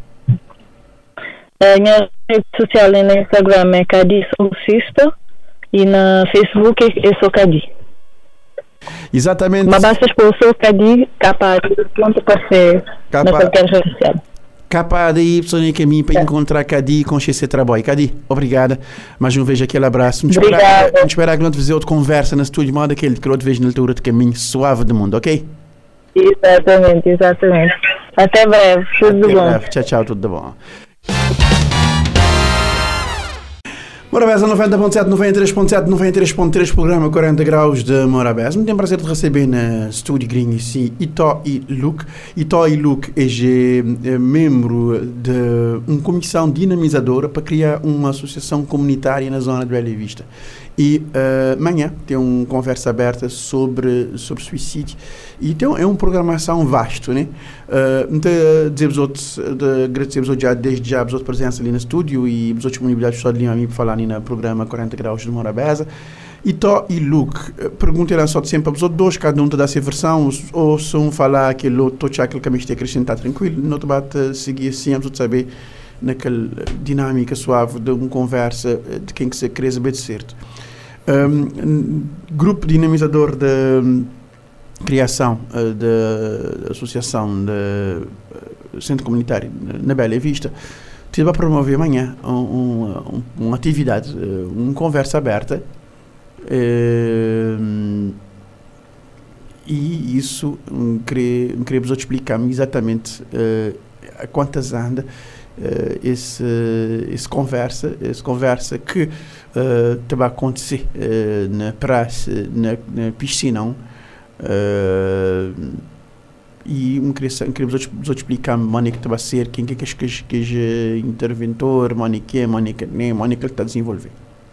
A minha rede social no Instagram é Cadi Solcista. E na Facebook é só Cadi.
Exatamente.
Mas basta expor só Cadi, capa de pronto para ser na qualquer rede social.
Capa de Y caminho para é. encontrar Cadi com esse trabalho. Cadi, obrigada. Mais uma vez aquele abraço. Vamos esperar, vamos esperar que não te fazer outra conversa na estúdio, modo aquele que não te vejo na altura de caminho suave do mundo, ok?
Exatamente, exatamente. Até breve, tudo
Até
bom.
Breve. Tchau, tchau, tudo de bom. Morabeza noventa ponto sete, noventa e três ponto sete, noventa e três ponto três, programa quarenta graus de Morabeza. Me tem prazer de receber na estúdio gringo assim Ito e Luke. Ito e Luke é, é membro de uma comissão dinamizadora para criar uma associação comunitária na zona de Bela Vista. E uh, amanhã tem uma conversa aberta sobre, sobre suicídio. E então é uma programação vasta, né? Uh, então, dizer-vos outros, agradecer-vos já desde já a vossa presença ali no estúdio e a vossa disponibilidade só de ali a mim para falar ali no programa quarenta graus de Morabeza. E Tó e Luke, perguntem só de sempre a vossa dois, cada um te dá essa versão, ou, ou se um falar aquele outro, todo aquele caminho de acrescentar tranquilo, não te bate seguir assim, a vossa saber naquela dinâmica suave de uma conversa de quem que se quer saber de certo. Um, grupo dinamizador de criação da associação de centro comunitário na Bela Vista vai promover amanhã um, um, uma atividade, uma conversa aberta, um, e isso um, queria, queria vos explicar exatamente uh, a quantas anda Uh, esse, uh, esse conversa, esse conversa que uh, vai acontecer uh, na praça, na, na piscina, uh, e me queria, queria vos outros explicar Mónica que vai ser, quem é que é que é interventor, Mónica é, Mónica nem, Mónica está a desenvolver.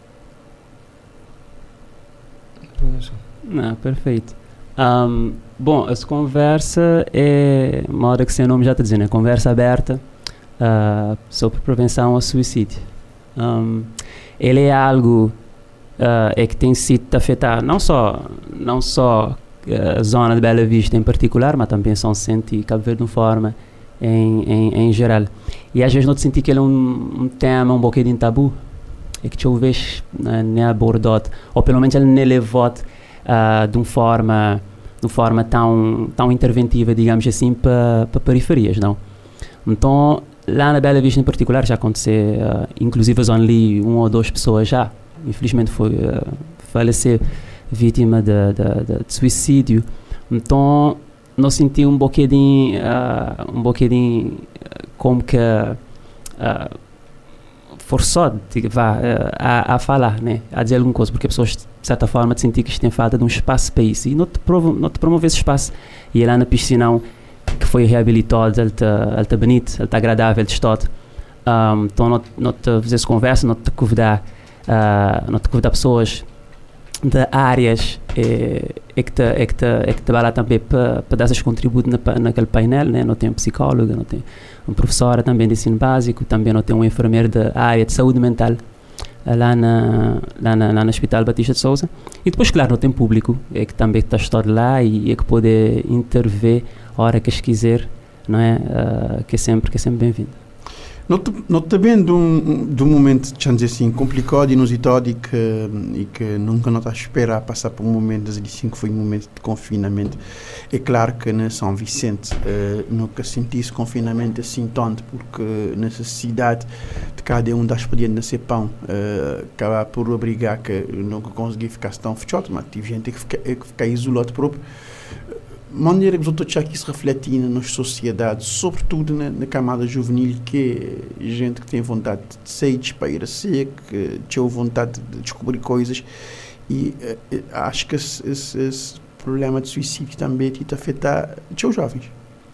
Não, perfeito. Um, bom, essa conversa é, uma hora que seu nome já está dizendo, é conversa aberta uh, sobre prevenção ao suicídio. Um, ele é algo uh, é que tem sido afetado não só não só a zona de Bela Vista em particular, mas também São Vicente e Cabo Verde de uma forma em, em, em geral. E às vezes não te senti que ele é um, um tema um bocadinho tabu, é que talvez nem abordado, ou pelo menos ele não levou uh, de uma forma de uma forma tão, tão interventiva, digamos assim, para pa periferias, não? Então, lá na Bela Vista em particular já aconteceu, uh, inclusive a zona ali, uma ou duas pessoas já, infelizmente foi uh, falecer vítima de, de, de, de suicídio. Então, nós senti um bocadinho, uh, um bocadinho uh, como que uh, forçado vá, uh, a, a falar, né? A dizer alguma coisa, porque as pessoas, de certa forma, sentiam que isto tem falta de um espaço para isso. E não te, provo, não te promove esse espaço. E lá na piscinão, que foi reabilitado, ele está ele tá bonito, ele está agradável de estado. Um, então, não, não te fazer conversa, não te convidar, uh, não te convidar pessoas de áreas é, é que te, é que te, é que te vai lá também para dar esses contributos na, naquele painel, né? Não tem um psicólogo, não tem uma professora também de ensino básico, também não tem um enfermeiro da área de saúde mental lá na, lá na, lá no Hospital Batista de Sousa. E depois, claro, não tem público, é que também está estado lá e é que pode intervir a hora que quiser, não é? Uh, que é sempre, que é sempre bem-vindo.
Nós também de um, de um momento, deixa dizer assim, complicado, inusitado e que, e que nunca não está a esperar passar por um momento assim, que foi um momento de confinamento. É claro que na São Vicente uh, nunca senti esse confinamento assim tanto, porque a necessidade de cada um das expedientes nascer pão uh, acaba por obrigar que nunca consegui ficar tão fechado, mas tive gente que fica, que fica isolado próprio. Maneira que os já que se refletir nas sociedades, sobretudo na, na camada juvenil, que é gente que tem vontade de sair, de ir a ser, que tem vontade de descobrir coisas, e uh, acho que esse, esse, esse problema de suicídio também te afeta os jovens.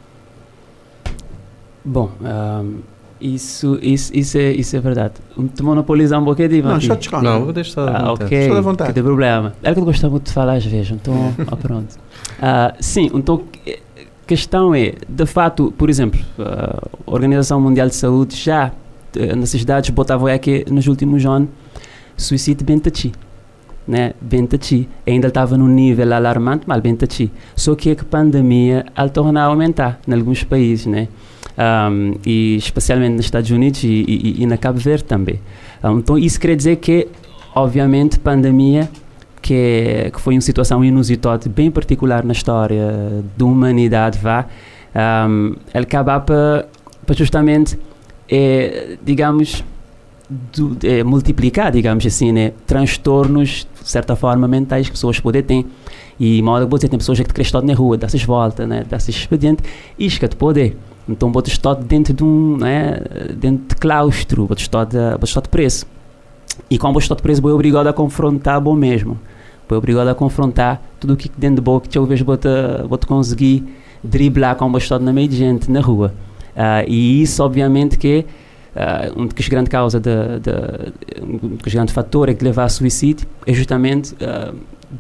Bom, um, isso, isso, isso, é, isso é verdade. Te monopolizar um bocadinho.
Não, só te
Não, vou deixar à
ah,
vontade.
ok,
Só à vontade.
que tem problema. É que eu gosto muito de falar às vezes, então, ah, pronto. Uh, sim, então, a questão é, de fato, por exemplo, a Organização Mundial de Saúde já, nas cidades, botava aqui nos últimos anos, suicídio bem tachi, né? Bem tachi. Ainda estava num nível alarmante, mas bem tachi. Só que a pandemia, ela torna a aumentar em alguns países, né? Um, e especialmente nos Estados Unidos e, e, e na Cabo Verde também. Um, então isso quer dizer que, obviamente, pandemia, que, é, que foi uma situação inusitada, bem particular na história da humanidade, vá, um, ele acaba para justamente, é, digamos, do, é, multiplicar, digamos assim, né, transtornos, de certa forma, mentais que pessoas podem ter. E, mal vou dizer, tem pessoas que te crescem na rua, dessas voltas, né, dessas expedientes, isso que te pode. Então, vou estar dentro de um, né, dentro de claustro, vou estar de preso. E como vou estar de preso, vou obrigado a confrontar bom mesmo. Vou obrigado a confrontar tudo o que dentro de boa que talvez vou te, vou te conseguir driblar como vou estar na meio de gente na rua. Uh, e isso, obviamente, que uh, um dos grandes causas, de, de, um dos grandes fatores que leva a suicídio é justamente uh,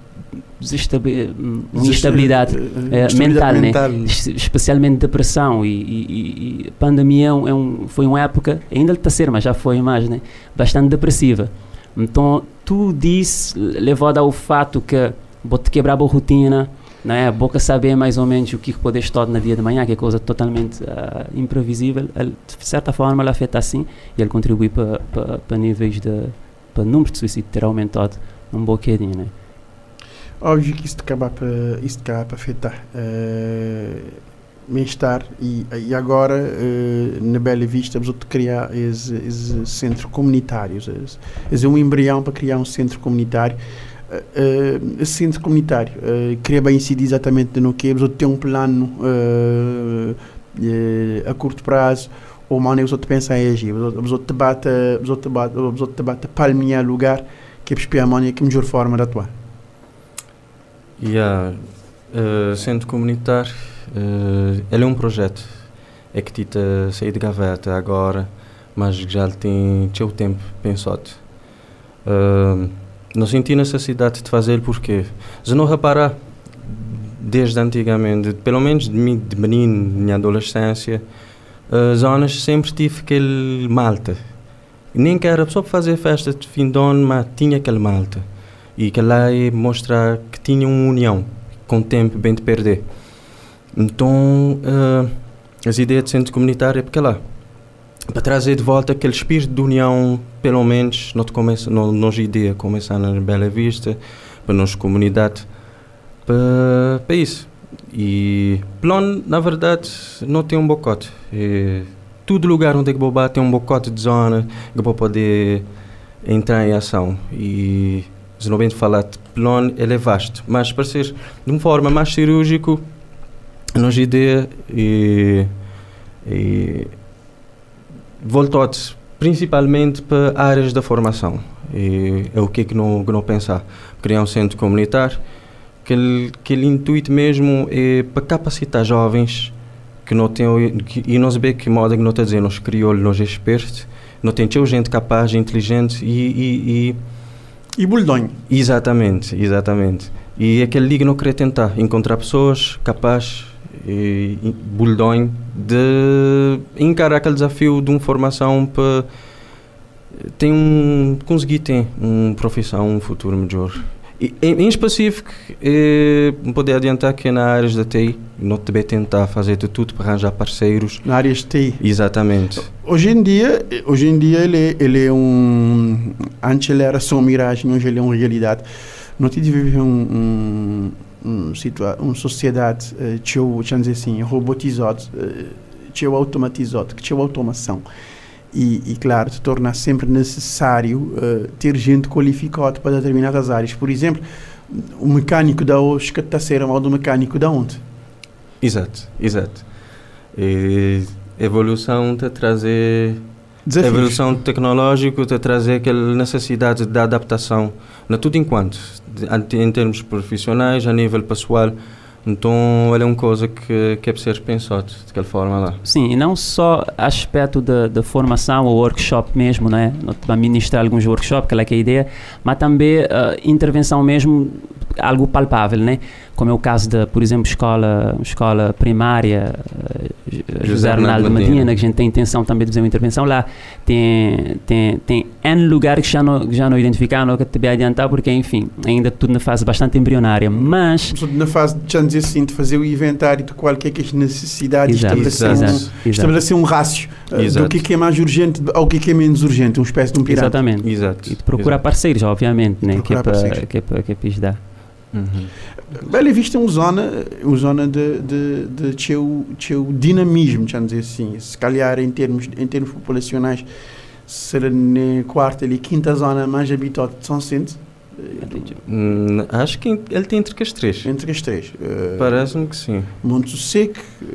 uma instabilidade uh, mental, mental. Né? Especialmente depressão e, e, e pandemia é um, foi uma época, ainda está a ser, mas já foi mais, né? Bastante depressiva. Então tudo isso levado ao fato que vou te quebrar a boa rotina, né? Boca saber mais ou menos o que pode estar no dia de manhã, que é coisa totalmente uh, imprevisível. Ele, de certa forma ele afeta assim e ele contribui para pa, pa níveis de para número de suicídio ter aumentado um bocadinho, né?
Óbvio que isto acaba para isto acaba para afetar uh, bem-estar e, e agora uh, na Bela Vista vamos criar esse, esse centro comunitário, esse, esse é um embrião para criar um centro comunitário. Uh, esse centro comunitário uh, queria bem incidir exatamente no que vamos ter um plano uh, uh, a curto prazo ou mal nem vamos pensar em agir, vamos debate vamos debate palmear lugar que é para a que é a melhor forma de atuar.
Yeah. Uh, centro comunitário, uh, ele é um projeto, é que tita sair de gaveta agora, mas já tem seu tempo pensado. Uh, não senti necessidade de fazer porque, se não reparar, desde antigamente, pelo menos de mim, de menino, minha adolescência, uh, zonas sempre tive aquele malta. Nem que era só para fazer festa de fim de ano, mas tinha aquele malta. E que lá é mostrar que tinha uma união, com o tempo bem de perder. Então, uh, as ideias de centro comunitário é porque lá, para trazer de volta aquele espírito de união, pelo menos, não começa, não, não ideia começar na Bela Vista, para nossa comunidade, para, para isso. E plano, na verdade, não tem um bocote. É, todo lugar onde é que vou bater tem um bocote de zona que vou poder entrar em ação. E se não bem falar de plano, ele é vasto, mas para ser de uma forma mais cirúrgica, a nossa ideia é, é voltado principalmente para áreas da formação. É, é o que é que não, que não pensar. Criar um centro comunitário, que ele, que ele intuito mesmo é para capacitar jovens que não têm, que, e nós vemos que moda que não está a dizer, nós crioulos, nós expertos, não tem gente capaz, inteligente e... e, e
E buldonho.
Exatamente, exatamente. E aquele liga não queria tentar encontrar pessoas capazes, e, e buldonho, de encarar aquele desafio de uma formação para tem um, conseguir ter uma profissão, um futuro melhor. E, em, em específico, eh, poder adiantar que na área da T I, não deve tentar fazer de tudo para arranjar parceiros.
Na área de T I.
Exatamente.
Hoje em dia, hoje em dia ele, é, ele é um... Antes ele era só uma miragem, hoje ele é uma realidade. Não te vive um, um, um situa uma sociedade uh, que eu, dizer assim, robotizada, uh, que eu automatizada, que eu automação. E, e, claro, se torna sempre necessário uh, ter gente qualificada para determinadas áreas. Por exemplo, o mecânico da hoje que está a ser mal do mecânico da ontem.
Exato, exato. E a evolução está a trazer...
Desafios.
A evolução tecnológica está a trazer aquela necessidade de adaptação, na tudo enquanto, de, em termos profissionais, a nível pessoal. Então, ele é uma coisa que, que é para ser pensado de aquela forma lá.
Sim, e não só aspecto da formação ou workshop mesmo, né? Para ministrar alguns workshops, aquela que é a ideia, mas também uh, intervenção mesmo, algo palpável, né? Como é o caso de, por exemplo, escola, escola primária, uh, José Arnaldo Medina, que a gente tem intenção também de fazer uma intervenção lá. Tem, tem, tem N lugares que já não, que já não identificaram, que te vai adiantar, porque, enfim, ainda tudo na fase bastante embrionária, mas...
Na fase, já dizer assim, de fazer o inventário de qualquer que é as necessidades,
exato,
estabelecer,
exato,
um,
exato.
estabelecer um rácio uh, do que é, que é mais urgente ao que é, que é menos urgente, uma espécie de um pirata.
Exatamente.
Exato.
E de procurar
exato.
parceiros, obviamente, né? Que é para
parceiros.
que é para que é para ajudar.
Uhum.
Bela Vista é uma zona, uma zona de, de, de, de seu, seu dinamismo, vamos dizer assim. Se calhar em termos, em termos populacionais, será na quarta e quinta zona mais habitada de São Vicente.
Hum, acho que ele tem entre as três.
Entre as três. Uh,
Parece-me que sim.
Monte Seco,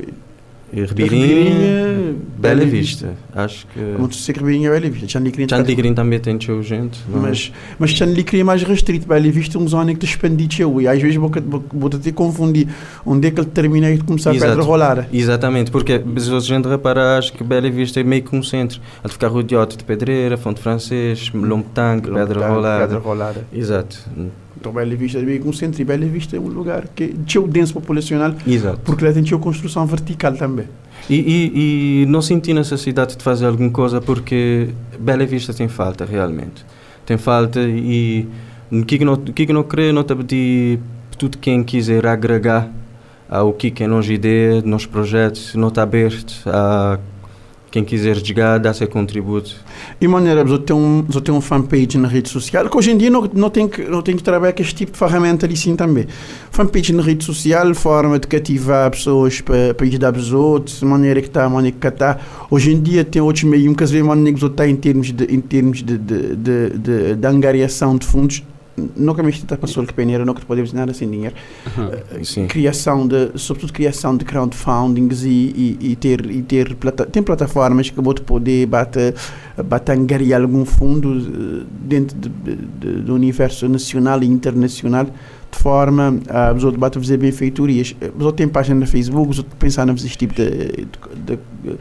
Ribeirinha, Bela, Bela Vista. Vista. Acho que...
Monte Seco, Ribeirinha, Bela Vista.
Chandigrin também tem seu gente.
Mas, mas Chandigrin é mais restrito. Bela Vista é uma zona que te expande e às vezes vou, vou te confundir onde é que ele termina e começar a pedra rolada.
Exatamente, porque se a gente reparar, acho que Bela Vista é meio que um centro. Ele fica rodeado de pedreira, Fonte Francês, Lomptang, pedra rolada.
Pedra rolada.
Exato.
Então Bela Vista é meio que um centro e Bela Vista é um lugar que é denso populacional.
Exato.
Porque lá tem a construção vertical também.
E, e, e não senti necessidade de fazer alguma coisa porque Bela Vista tem falta realmente. Tem falta e o que não, que não creio, não te pedir tudo quem quiser agregar ao que é a nossa ideia, nos projetos, não está aberto a quem quiser chegar, dá seu contributo.
E maneira, eu tenho um, eu tenho um fanpage na rede social, que hoje em dia não, não tem que não tem que trabalhar com este tipo de ferramenta ali sim também. Fanpage na rede social, forma de cativar pessoas para, para ajudar os outros, de maneira que está, maneira que está. Hoje em dia tem outros meios, um caso de maneira que está em termos de em termos de de, de, de, de angariação de fundos. Nunca me está passou que peneira, nunca podemos nada sem dinheiro. Uhum, uh, criação de, sobretudo criação de crowdfundings e, e, e ter e ter plata, tem plataformas que vão poder bater bater angariar algum fundo uh, dentro de, de, de, do universo nacional e internacional. de forma a os outros batem fazer benfeitorias. Os outros têm página no Facebook, os outros pensar nesse tipo de, de, de, de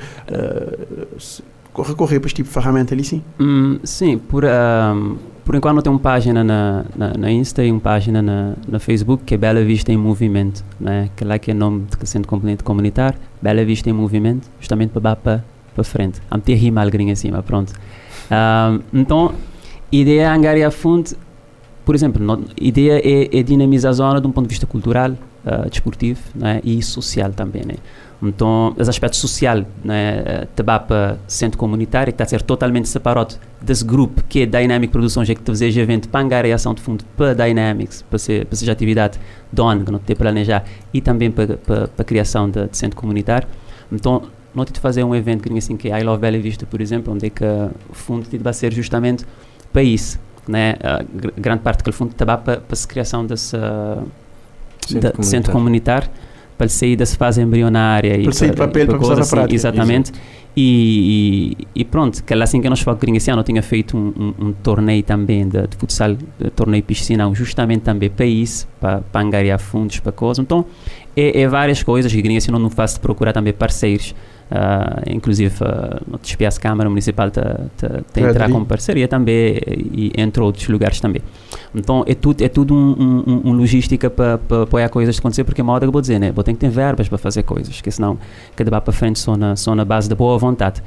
uh, recorrer para este tipo de ferramenta ali, sim?
Hum, sim, por, um, por enquanto tem uma página na, na, na Insta e uma página na, na Facebook que é Bela Vista em Movimento, né? Que lá que é o nome do centro componente comunitário, Bela Vista em Movimento, justamente para dar para para frente. A meter rima alegrinha acima, pronto. Um, então, a ideia é angariar fundo, por exemplo, a ideia é, é dinamizar a zona de um ponto de vista cultural, uh, desportivo, né? E social também, né? Então, os aspectos social, né, também para centro comunitário, que está a ser totalmente separado desse grupo que é Dynamic Produções, é que deseja evento para angariação de fundo para Dynamics, para ser, para ser atividade de O N G, não ter planejar, e também para, para, para a criação de, de centro comunitário. Então, não tive de fazer um evento que, assim, que é I Love Bela Vista, por exemplo, onde é que o fundo vai ser justamente para isso, né? A grande parte daquele fundo está para, para a criação desse uh,
centro,
de, centro comunitário, para sair dessa fase embrionária e
para sair de papel para começar a prática.
Exatamente. E, e, e pronto, que assim que nós falamos esse ano eu tinha feito um, um, um torneio também de, de futsal, de torneio piscinão, justamente também para isso, para, para angariar fundos para coisas. Então, é, é várias coisas que assim, não faço de procurar também parceiros. Uh, inclusive uh, no T P S Câmara Municipal tem entrar como parceria também e entre outros lugares também. Então é tudo, é tudo um, um, um logística para apoiar coisas a acontecer, porque é uma hora que eu vou dizer, né? Vou ter que ter verbas para fazer coisas, porque senão cada vez para frente só na, só na base da boa vontade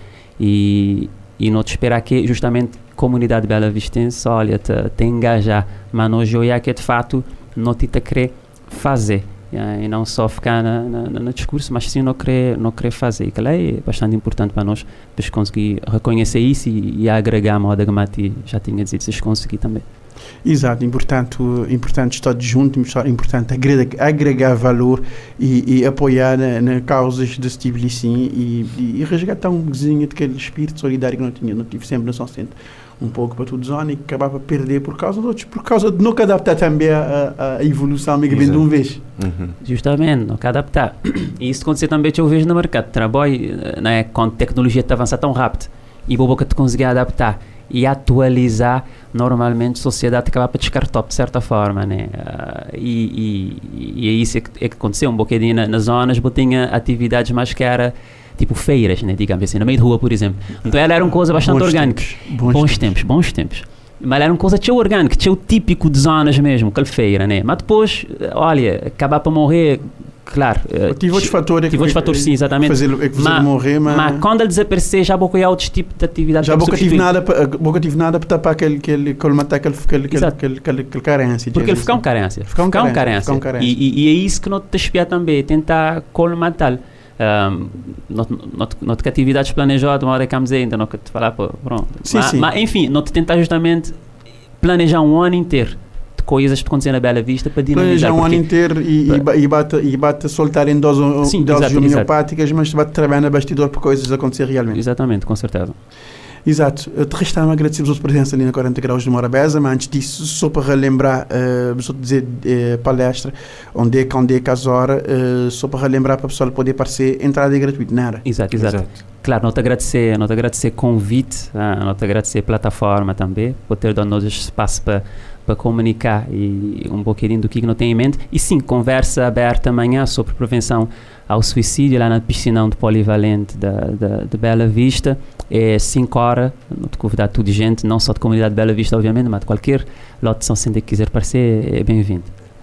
e, e não te esperar que justamente a comunidade Bela Vistense, olha, te, te engajar, mas hoje eu ia que de fato não te querer fazer. Yeah, e não só ficar na, na, no discurso, mas sim não querer, não querer fazer. E que é bastante importante para nós, para conseguir reconhecer isso e, e agregar a moda que Mati já tinha dito, se conseguir também.
Exato, importante, importante estar junto, importante agregar, agregar valor e, e apoiar na, na causas desse tipo de sim e, e, e resgatar um vizinho daquele espírito solidário que não tinha, não tive sempre no São Centro. Um pouco para tudo zona e acabava a perder por causa de outros, por causa de nunca adaptar também a, a evolução mega bem de uma vez.
Uhum. Justamente, nunca adaptar. E isso acontecer também que eu vejo no mercado de trabalho, né, quando a tecnologia está avançando tão rápido e o boca te conseguir adaptar e atualizar, normalmente a sociedade acaba para descartar de certa forma, né? Uh, e, e, e é isso é que, é que aconteceu um bocadinho na, nas zonas, eu tinha atividades mais que era tipo feiras, né, digamos assim, no meio de rua, por exemplo. Então ela era uma coisa bastante bons orgânica. Tempos, bons, bons tempos. tempos, bons tempos. Mas era uma coisa tão orgânica, tão típico de zonas mesmo, aquela feira, né? Mas depois, olha, acabar para morrer, claro.
Tive outros fatores.
Tive outros fatores, sim, exatamente.
Fazer, é que mas, morrer, mas...
mas quando ele desaparecer, já vou criar outros tipos de atividades.
Já nunca tive nada para tive nada para tapar aquele, aquele, colmatar aquele, aquele, aquele, aquele, aquele, aquele carência.
Porque ele fica um carência. Fica um carência. Um carência. E, e, e é isso que não te espiar também, tentar colmatar. Um, not, not, not que atividades planejadas, uma hora que vamos ainda, não que te falar, pronto.
Sim,
mas,
sim.
mas enfim, não te tentar justamente planejar um ano inteiro de coisas que acontecem na Bela Vista para dinamizar.
Planejar um ano inteiro e, e, e, bate, e bate soltar em doses, sim, doses exato, homeopáticas, exato. Mas bate trabalhar na bastidor para coisas acontecer realmente.
Exatamente, com certeza.
Exato. Te restava agradecer a sua presença ali na quarenta graus de Morabeza, mas antes disso, só para relembrar, uh, só dizer uh, palestra, onde é que onde é que as horas, uh, só para relembrar para o pessoal poder aparecer, entrada é gratuita, não era?
Exato, exato. exato. Claro, não te agradecer, não te agradecer convite, uh, não te agradecer plataforma também, por ter dado-nos espaço para para comunicar e um bocadinho do que não tem em mente. E sim, conversa aberta amanhã sobre prevenção ao suicídio lá na piscinão de polivalente da, da, de Bela Vista. É cinco horas, não te convidar tudo de gente, não só de comunidade de Bela Vista, obviamente, mas de qualquer lote de São Centro que quiser aparecer, é bem-vindo.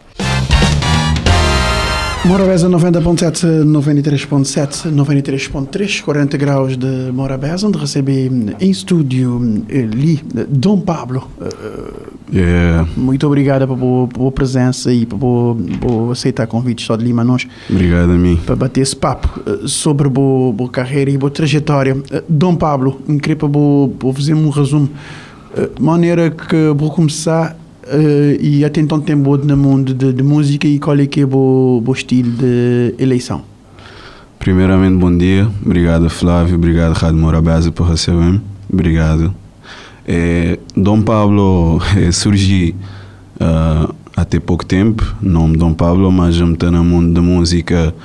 Morabeza noventa ponto sete, noventa e três ponto sete, noventa e três ponto três, quarenta graus de Morabeza, onde recebi em estúdio ali Dom Pablo.
Yeah.
Muito obrigado pela boa presença e por aceitar convites só de Lima nós.
Obrigado a mim.
Para bater esse papo sobre a boa carreira e a boa trajetória. Dom Pablo, queria para fazer um resumo. De maneira que vou começar. Uh, e até então tem boa no mundo de, de música e qual é que é o estilo de eleição?
Primeiramente, bom dia. Obrigado, Flávio. Obrigado, Rádio Morabeza, por receber-me. Obrigado. É, Dom Pablo é, surgiu uh, até pouco tempo, nome Dom Pablo, mas já me está no mundo da música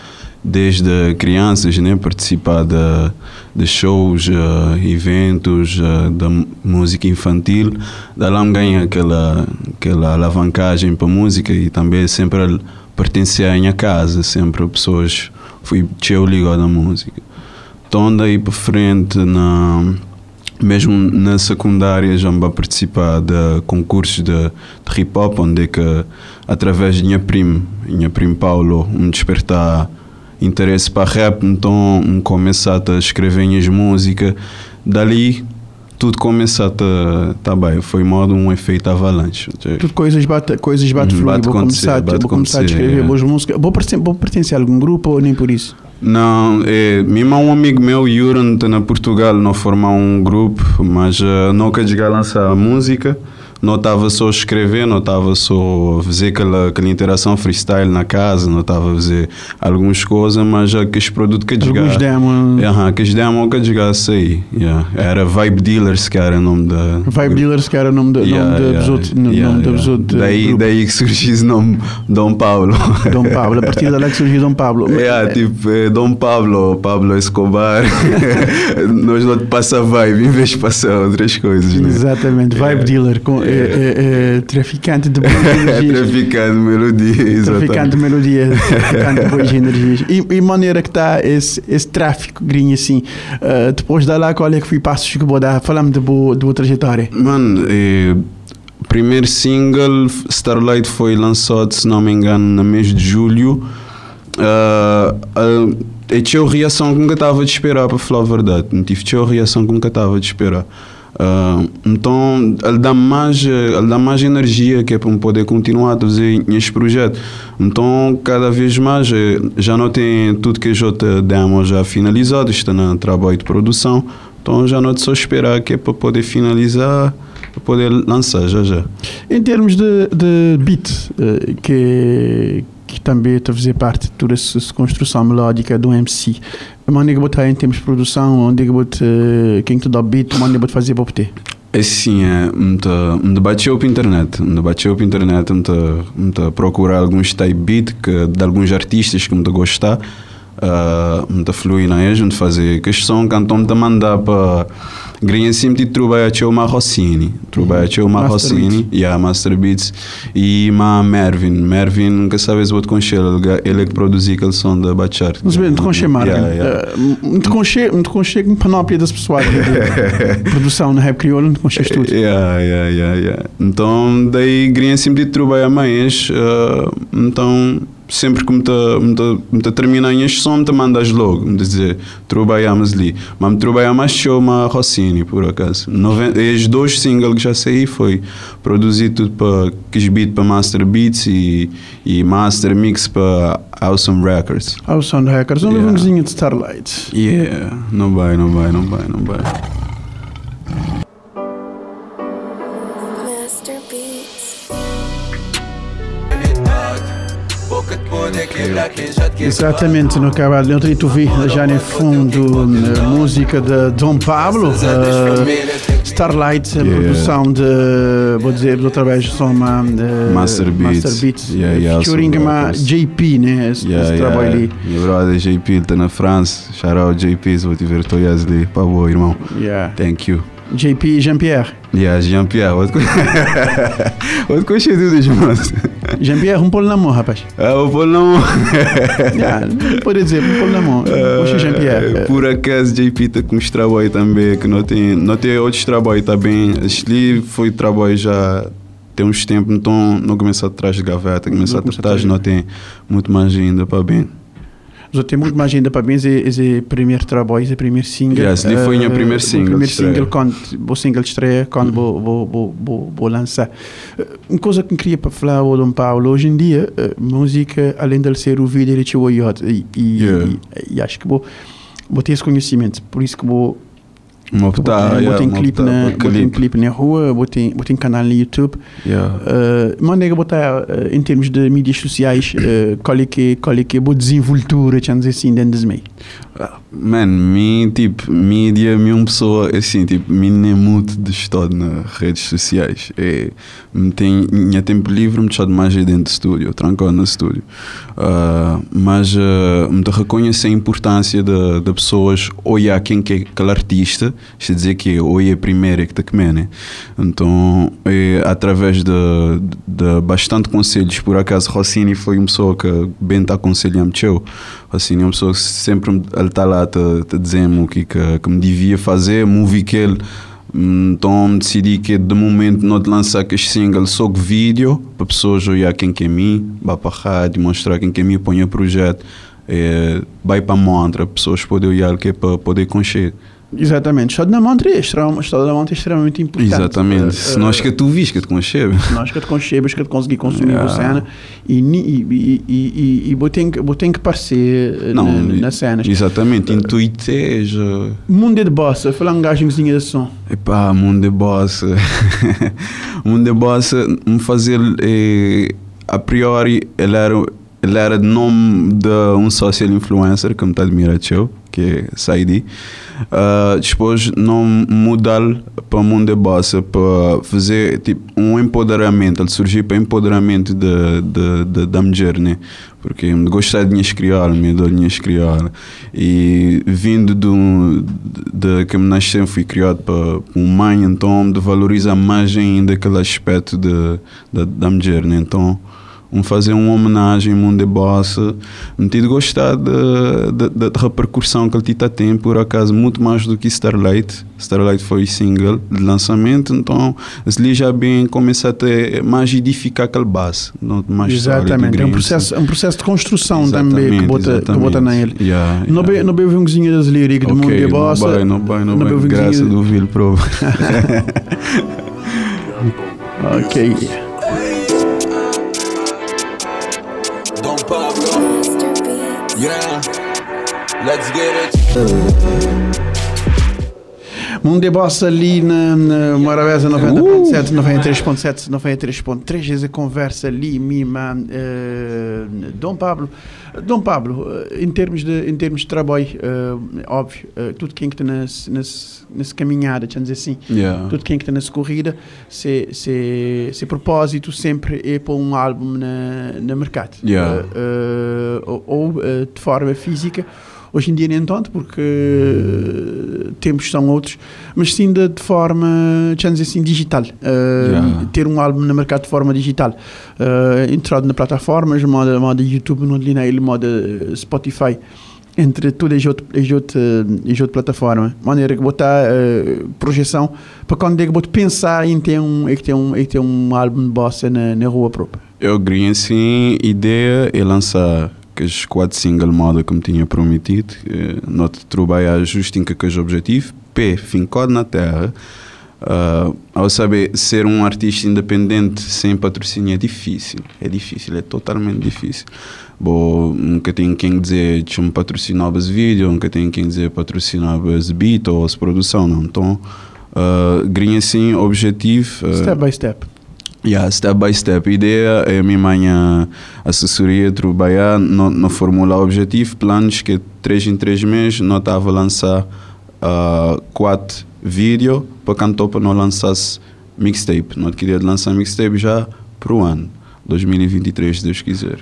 desde crianças, né, participar de, de shows, uh, eventos, uh, da música infantil. Da lá me ganha aquela, aquela alavancagem para a música e também sempre pertencia à minha casa, sempre pessoas, fui cheio ligado à música. Então daí para frente, na, mesmo na secundária já me vou participar de concursos de, de hip hop, onde é que através de minha prima, minha prima Paulo, me despertar interesse para rap, então me começar a escrever minhas músicas. Dali tudo começa a tá bem, foi modo um efeito avalanche.
Tudo coisas bate, coisas bate
Hum,
fluir,
bate
vou começar,
acontecer,
vou começar a
acontecer,
escrever
é.
boas músicas. Vou pertencer, vou pertencer a algum grupo ou nem por isso?
Não, é, mesmo um amigo meu, Yuran, está na Portugal, não formar um grupo, mas uh, nunca cheguei a lançar música. Não estava só a escrever, não estava só a fazer aquela, aquela interação freestyle na casa, não estava a fazer algumas coisas, mas já que os produtos que eu
Alguns demos.
Aham, que os demos que eu cheguei a sair. Yeah. Era Vibe Dealers, que era o nome da.
Vibe Dealers, que era o nome, de,
Yeah,
nome
yeah,
de outros.
yeah,
Nome
yeah.
de outros
daí, daí que surgiu esse nome Dom Pablo.
Dom Pablo, a partir daí que surgiu Dom Pablo.
Yeah, tipo, é Dom Pablo, Pablo Escobar. Nós não passa vibe em vez de passar outras coisas, né?
Exatamente, Vibe
Yeah.
Dealer, com,
Yeah.
é, é, é, traficante de boas energias.
Traficante de melodia, exatamente.
Traficante de melodia, traficante de boas energias. E, e maneira que está esse, esse tráfico grinho assim, uh, depois da lá, qual é que foi passos que vou dar? Falamos de boa, de boa trajetória.
Mano, é, o primeiro single, Starlight, foi lançado, se não me engano, no mês de julho. Uh, uh, eu tinha a reação que nunca estava a esperar, para falar a verdade. Não tive tinha a reação que nunca estava a esperar. Uh, então, ele dá mais, ele dá mais energia que é para me poder continuar a fazer este projeto. Então, cada vez mais, já não tem tudo que a J demo já finalizado, está no trabalho de produção. Então, já não é só esperar que é para poder finalizar, para poder lançar já já.
Em termos de, de beat, uh, que, que também está a fazer parte de toda essa construção melódica do M C, onde é que botar em termos de produção, onde é que botar, quem te dá beat, onde é que botar fazer para obter?
Assim, é, me debateu para a internet, me debateu para a internet, me procurar alguns type beat que, de alguns artistas que me gostar, uh, me fluir na eles, me fazer questão, cantam me mandar para Grinha sempre de trabalhar com o Marrossini, trabalhar com o Marrossini, e a Master Beats, e a Mervin, Mervin, nunca sabes o que conchê, ele é que produziu aquele som da Bachar.
Mas bem, te conchê, Marvin, te conchê, te conchê com panóplia das pessoas de produção na rap crioula, te conchê tudo.
Yeah, yeah, yeah, yeah. Então, daí Grinha sempre de trabalhar mais, uh, então sempre que me está terminar este som, me mandas logo, me dizer, trabalhamos ali. Mas me trabalhar mais show, mas Rossini, por acaso. Os dois singles que já saí foi produzido tudo para que beat para Master Beats e, e Master Mix para Awesome Records.
Awesome Records, um
Yeah.
livrozinho de Starlight.
Yeah, não vai, não vai, não vai, não vai.
Exatamente, no cavalo. Eu tu vi já no fundo a música de Dom Pablo, uh, Starlight, a
Yeah.
produção de, vou dizer, outra vez, só uma uh,
Master Beats.
Master Beats,
Yeah, yeah,
featuring
Awesome
uma
Records.
J P, né? Esse,
Yeah,
esse
yeah.
trabalho ali.
Meu brother J P está na França. Shout out J P, vou te ver todas ali. Para boa, irmão.
Yeah.
Thank you.
J P e Jean-Pierre.
Yeah, Jean-Pierre. Outro coisa tudo, irmão.
Jean-Pierre, um polo na mão, rapaz.
Ah, o polo não.
Yeah, pode dizer, um polo na mão. Oxe, Jean-Pierre.
Por acaso, J P está com uns trabalhos também, que não tem, não tem outros trabalhos também. Ali foi trabalho já tem uns tempos, então não começa atrás de gaveta, começa atrás, não tem muito mais ainda para bem.
Já tem muito mais ainda para mim, esse, esse primeiro trabalho, esse primeiro single.
Yes, ele foi o primeiro single.
O primeiro
de estreia.
single, quando o single de estreia, quando vou, vou, vou, vou, vou lançar. Uma coisa que eu queria para falar ao Dom Paulo, hoje em dia, a música, além de ser ouvida, ele te ouve e, e,
Yeah.
e, e acho que vou, vou ter esse conhecimento, por isso que vou
Mopta,
yeah, botem clipe na, botem clipe na rua, botem, botem canal no YouTube.
Yeah.
Uh, Mandei botar uh, em termos de mídias sociais, uh, qual é que qual é que é a boa desenvoltura, vamos dizer assim, dentro dos meios.
Man, mim, tipo, mídia, minha pessoa, assim, tipo, mim nem muito de estar nas redes sociais. É, tem, minha tempo livre, me deixo mais aí dentro do estúdio, trancado no estúdio. Uh, mas uh, me reconhece a importância de, de pessoas olhar quem que é aquele artista, isto é dizer que olha a primeira que está comendo, né? Então, é, através de, de bastante conselhos, por acaso, Rossini foi uma pessoa que bem está aconselhando eu. Rossini é uma pessoa que sempre ele está lá te, te dizendo o que, que, que me devia fazer, movie que ele. Então decidi que de momento não de lançar que este single só que vídeo para pessoas olhar quem que é mim, vai para a rádio, mostrar quem que é mim, põe o projeto, é, vai para a montra, pessoas podem olhar que é para poder conhecer.
Exatamente, estado na montra é extremamente importante.
Exatamente,
uh,
se nós que tu vis que te concebes.
Se nós que te concebes, que te consegui consumir
yeah.
a cena e e e e botem que botem que parecer na, na cena.
Exatamente, uh, intuiteja.
Mundo de bossa, falando gajozinha de som.
Epá, mundo de bossa. Mundo de bossa, me fazer eh, a priori ele era ele era de nome de um social influencer que me está admirando eu, que é Saidi. Uh, depois não mudar para o mundo de bossa, para fazer tipo um empoderamento, ele surgiu para empoderamento de, de, de, da mulher, né? Porque me gostar de minhas criar, me dou minhas criar e vindo de, de, de que me nasceu, fui criado para uma mãe, então de valorizar mais ainda aquele aspecto de, de, da mulher, né? Então um fazer uma homenagem ao mundo de bossa, me tive gostado da repercussão que ele está tendo, por acaso, muito mais do que Starlight. Starlight foi single de lançamento, então ali já bem começa a ter mais edificar aquele base. Mais
exatamente, é um processo, um processo de construção exatamente, também que bota, que bota na ele. Yeah, não yeah. Não bebo um cozinho das líricas okay, do mundo de bossa.
Não vai, não vai, não vai, graças do vil prova.
Ok.
Yeah, let's get it.
Mundo de bossa ali na, na Morabeza noventa ponto sete, noventa e três ponto sete, noventa e três ponto três, vezes a conversa ali, mima, uh, Dom Pablo. Dom Pablo, uh, em termos de, em termos de trabalho, uh, óbvio, uh, tudo quem está nessa nessa caminhada, deixa-nos dizer assim,
yeah.
tudo quem está nessa corrida, se, se, se propósito sempre é pôr um álbum na, na mercado.
Yeah.
Uh, uh, ou, ou uh, de forma física. Hoje em dia nem tanto, porque uh, tempos são outros, mas sim de, de forma, digamos assim, digital. Uh, yeah. Ter um álbum no mercado de forma digital. Uh, entrado na plataformas, moda, moda YouTube, moda Spotify, entre todas as outras outra plataformas. De maneira que botar uh, projeção para quando é que botar pensar em ter um, em ter um, em ter um álbum de bossa na, na rua própria.
Eu queria, assim, ideia é lançar os quatro singles moda que me tinha prometido, não trabalhar justo em que aquele objetivo, P, fincado na terra. Uh, ao saber, ser um artista independente sem patrocínio é difícil, é difícil, é totalmente difícil. Bom, nunca tenho quem dizer que me patrocinava esse vídeo, nunca tenho quem dizer patrocinava esse beat ou essa produção, não. Então, uh, grinha assim, objetivo. Uh,
step by step.
Yeah, step by step. A ideia é a minha assessoria trabalhar no, no formular objetivo, planos que três em três meses não estava a lançar uh, quatro vídeos para cantar para não lançasse mixtape. Não queria lançar mixtape já para o ano dois mil e vinte e três, se Deus quiser.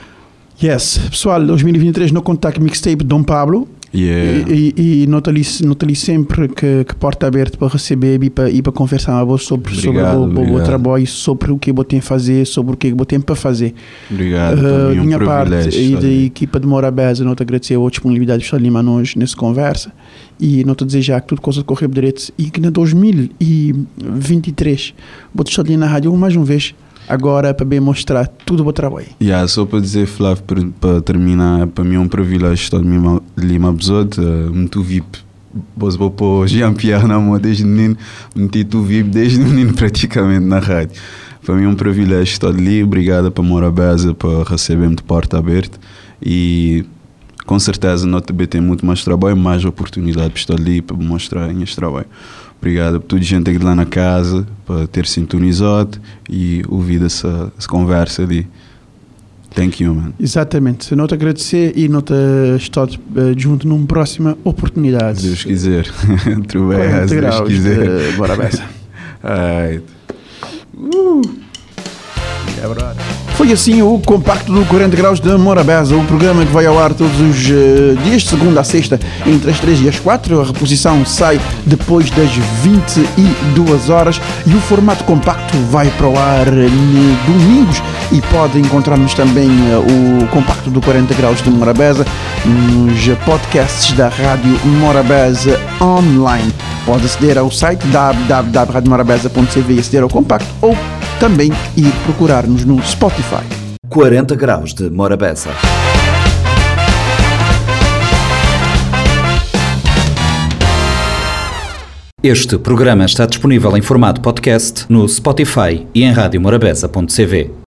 Yes, pessoal, dois mil e vinte e três no contato mixtape Dom Pablo.
Yeah.
E, e, e nota ali, nota ali sempre que, que porta aberta para receber e para, e para conversar sobre, obrigado, sobre o, o, o trabalho, sobre o que eu tenho a fazer, sobre o que eu tenho para fazer.
Obrigado.
Uh, um minha parte e da equipa de Morabeza, não te agradecer a disponibilidade de estar ali hoje nessa conversa e não te desejar que tudo coisa correr direito e que na dois mil e vinte e três vou estar ali na rádio mais uma vez. Agora, para bem mostrar tudo o meu trabalho.
Yeah, só para dizer, Flávio, para terminar, para mim é um privilégio estar de Lima Besouro, muito V I P. Vou pôr Jean-Pierre na mão desde menino, muito V I P desde menino praticamente na rádio. Para mim é um privilégio estar ali, obrigado para Morabeza, para receber-me de porta aberta e com certeza não também tem muito mais trabalho, mais oportunidade para estar ali, para mostrar este trabalho. Obrigado a toda a gente que lá na casa, para ter sintonizado e ouvido essa, essa conversa ali. Thank you, man.
Exatamente. Não te agradecer e não te estar uh, junto numa próxima oportunidade.
Se Deus quiser. Tudo bem, se Deus quiser.
Bora beça.
Right.
Uh. É verdade. Foi assim o compacto do quarenta graus de Morabeza, o programa que vai ao ar todos os uh, dias, de segunda a sexta, entre as três e as quatro. A reposição sai depois das vinte e duas horas e o formato compacto vai para o ar uh, domingos e pode encontrar-nos também uh, o compacto do quarenta graus de Morabeza nos podcasts da Rádio Morabeza online. Pode aceder ao site w w w ponto rádio morabeza ponto c v e aceder ao compacto ou também ir procurar-nos no Spotify.
quarenta graus de Morabeza.
Este programa está disponível em formato podcast no Spotify e em rádio morabeza ponto c v.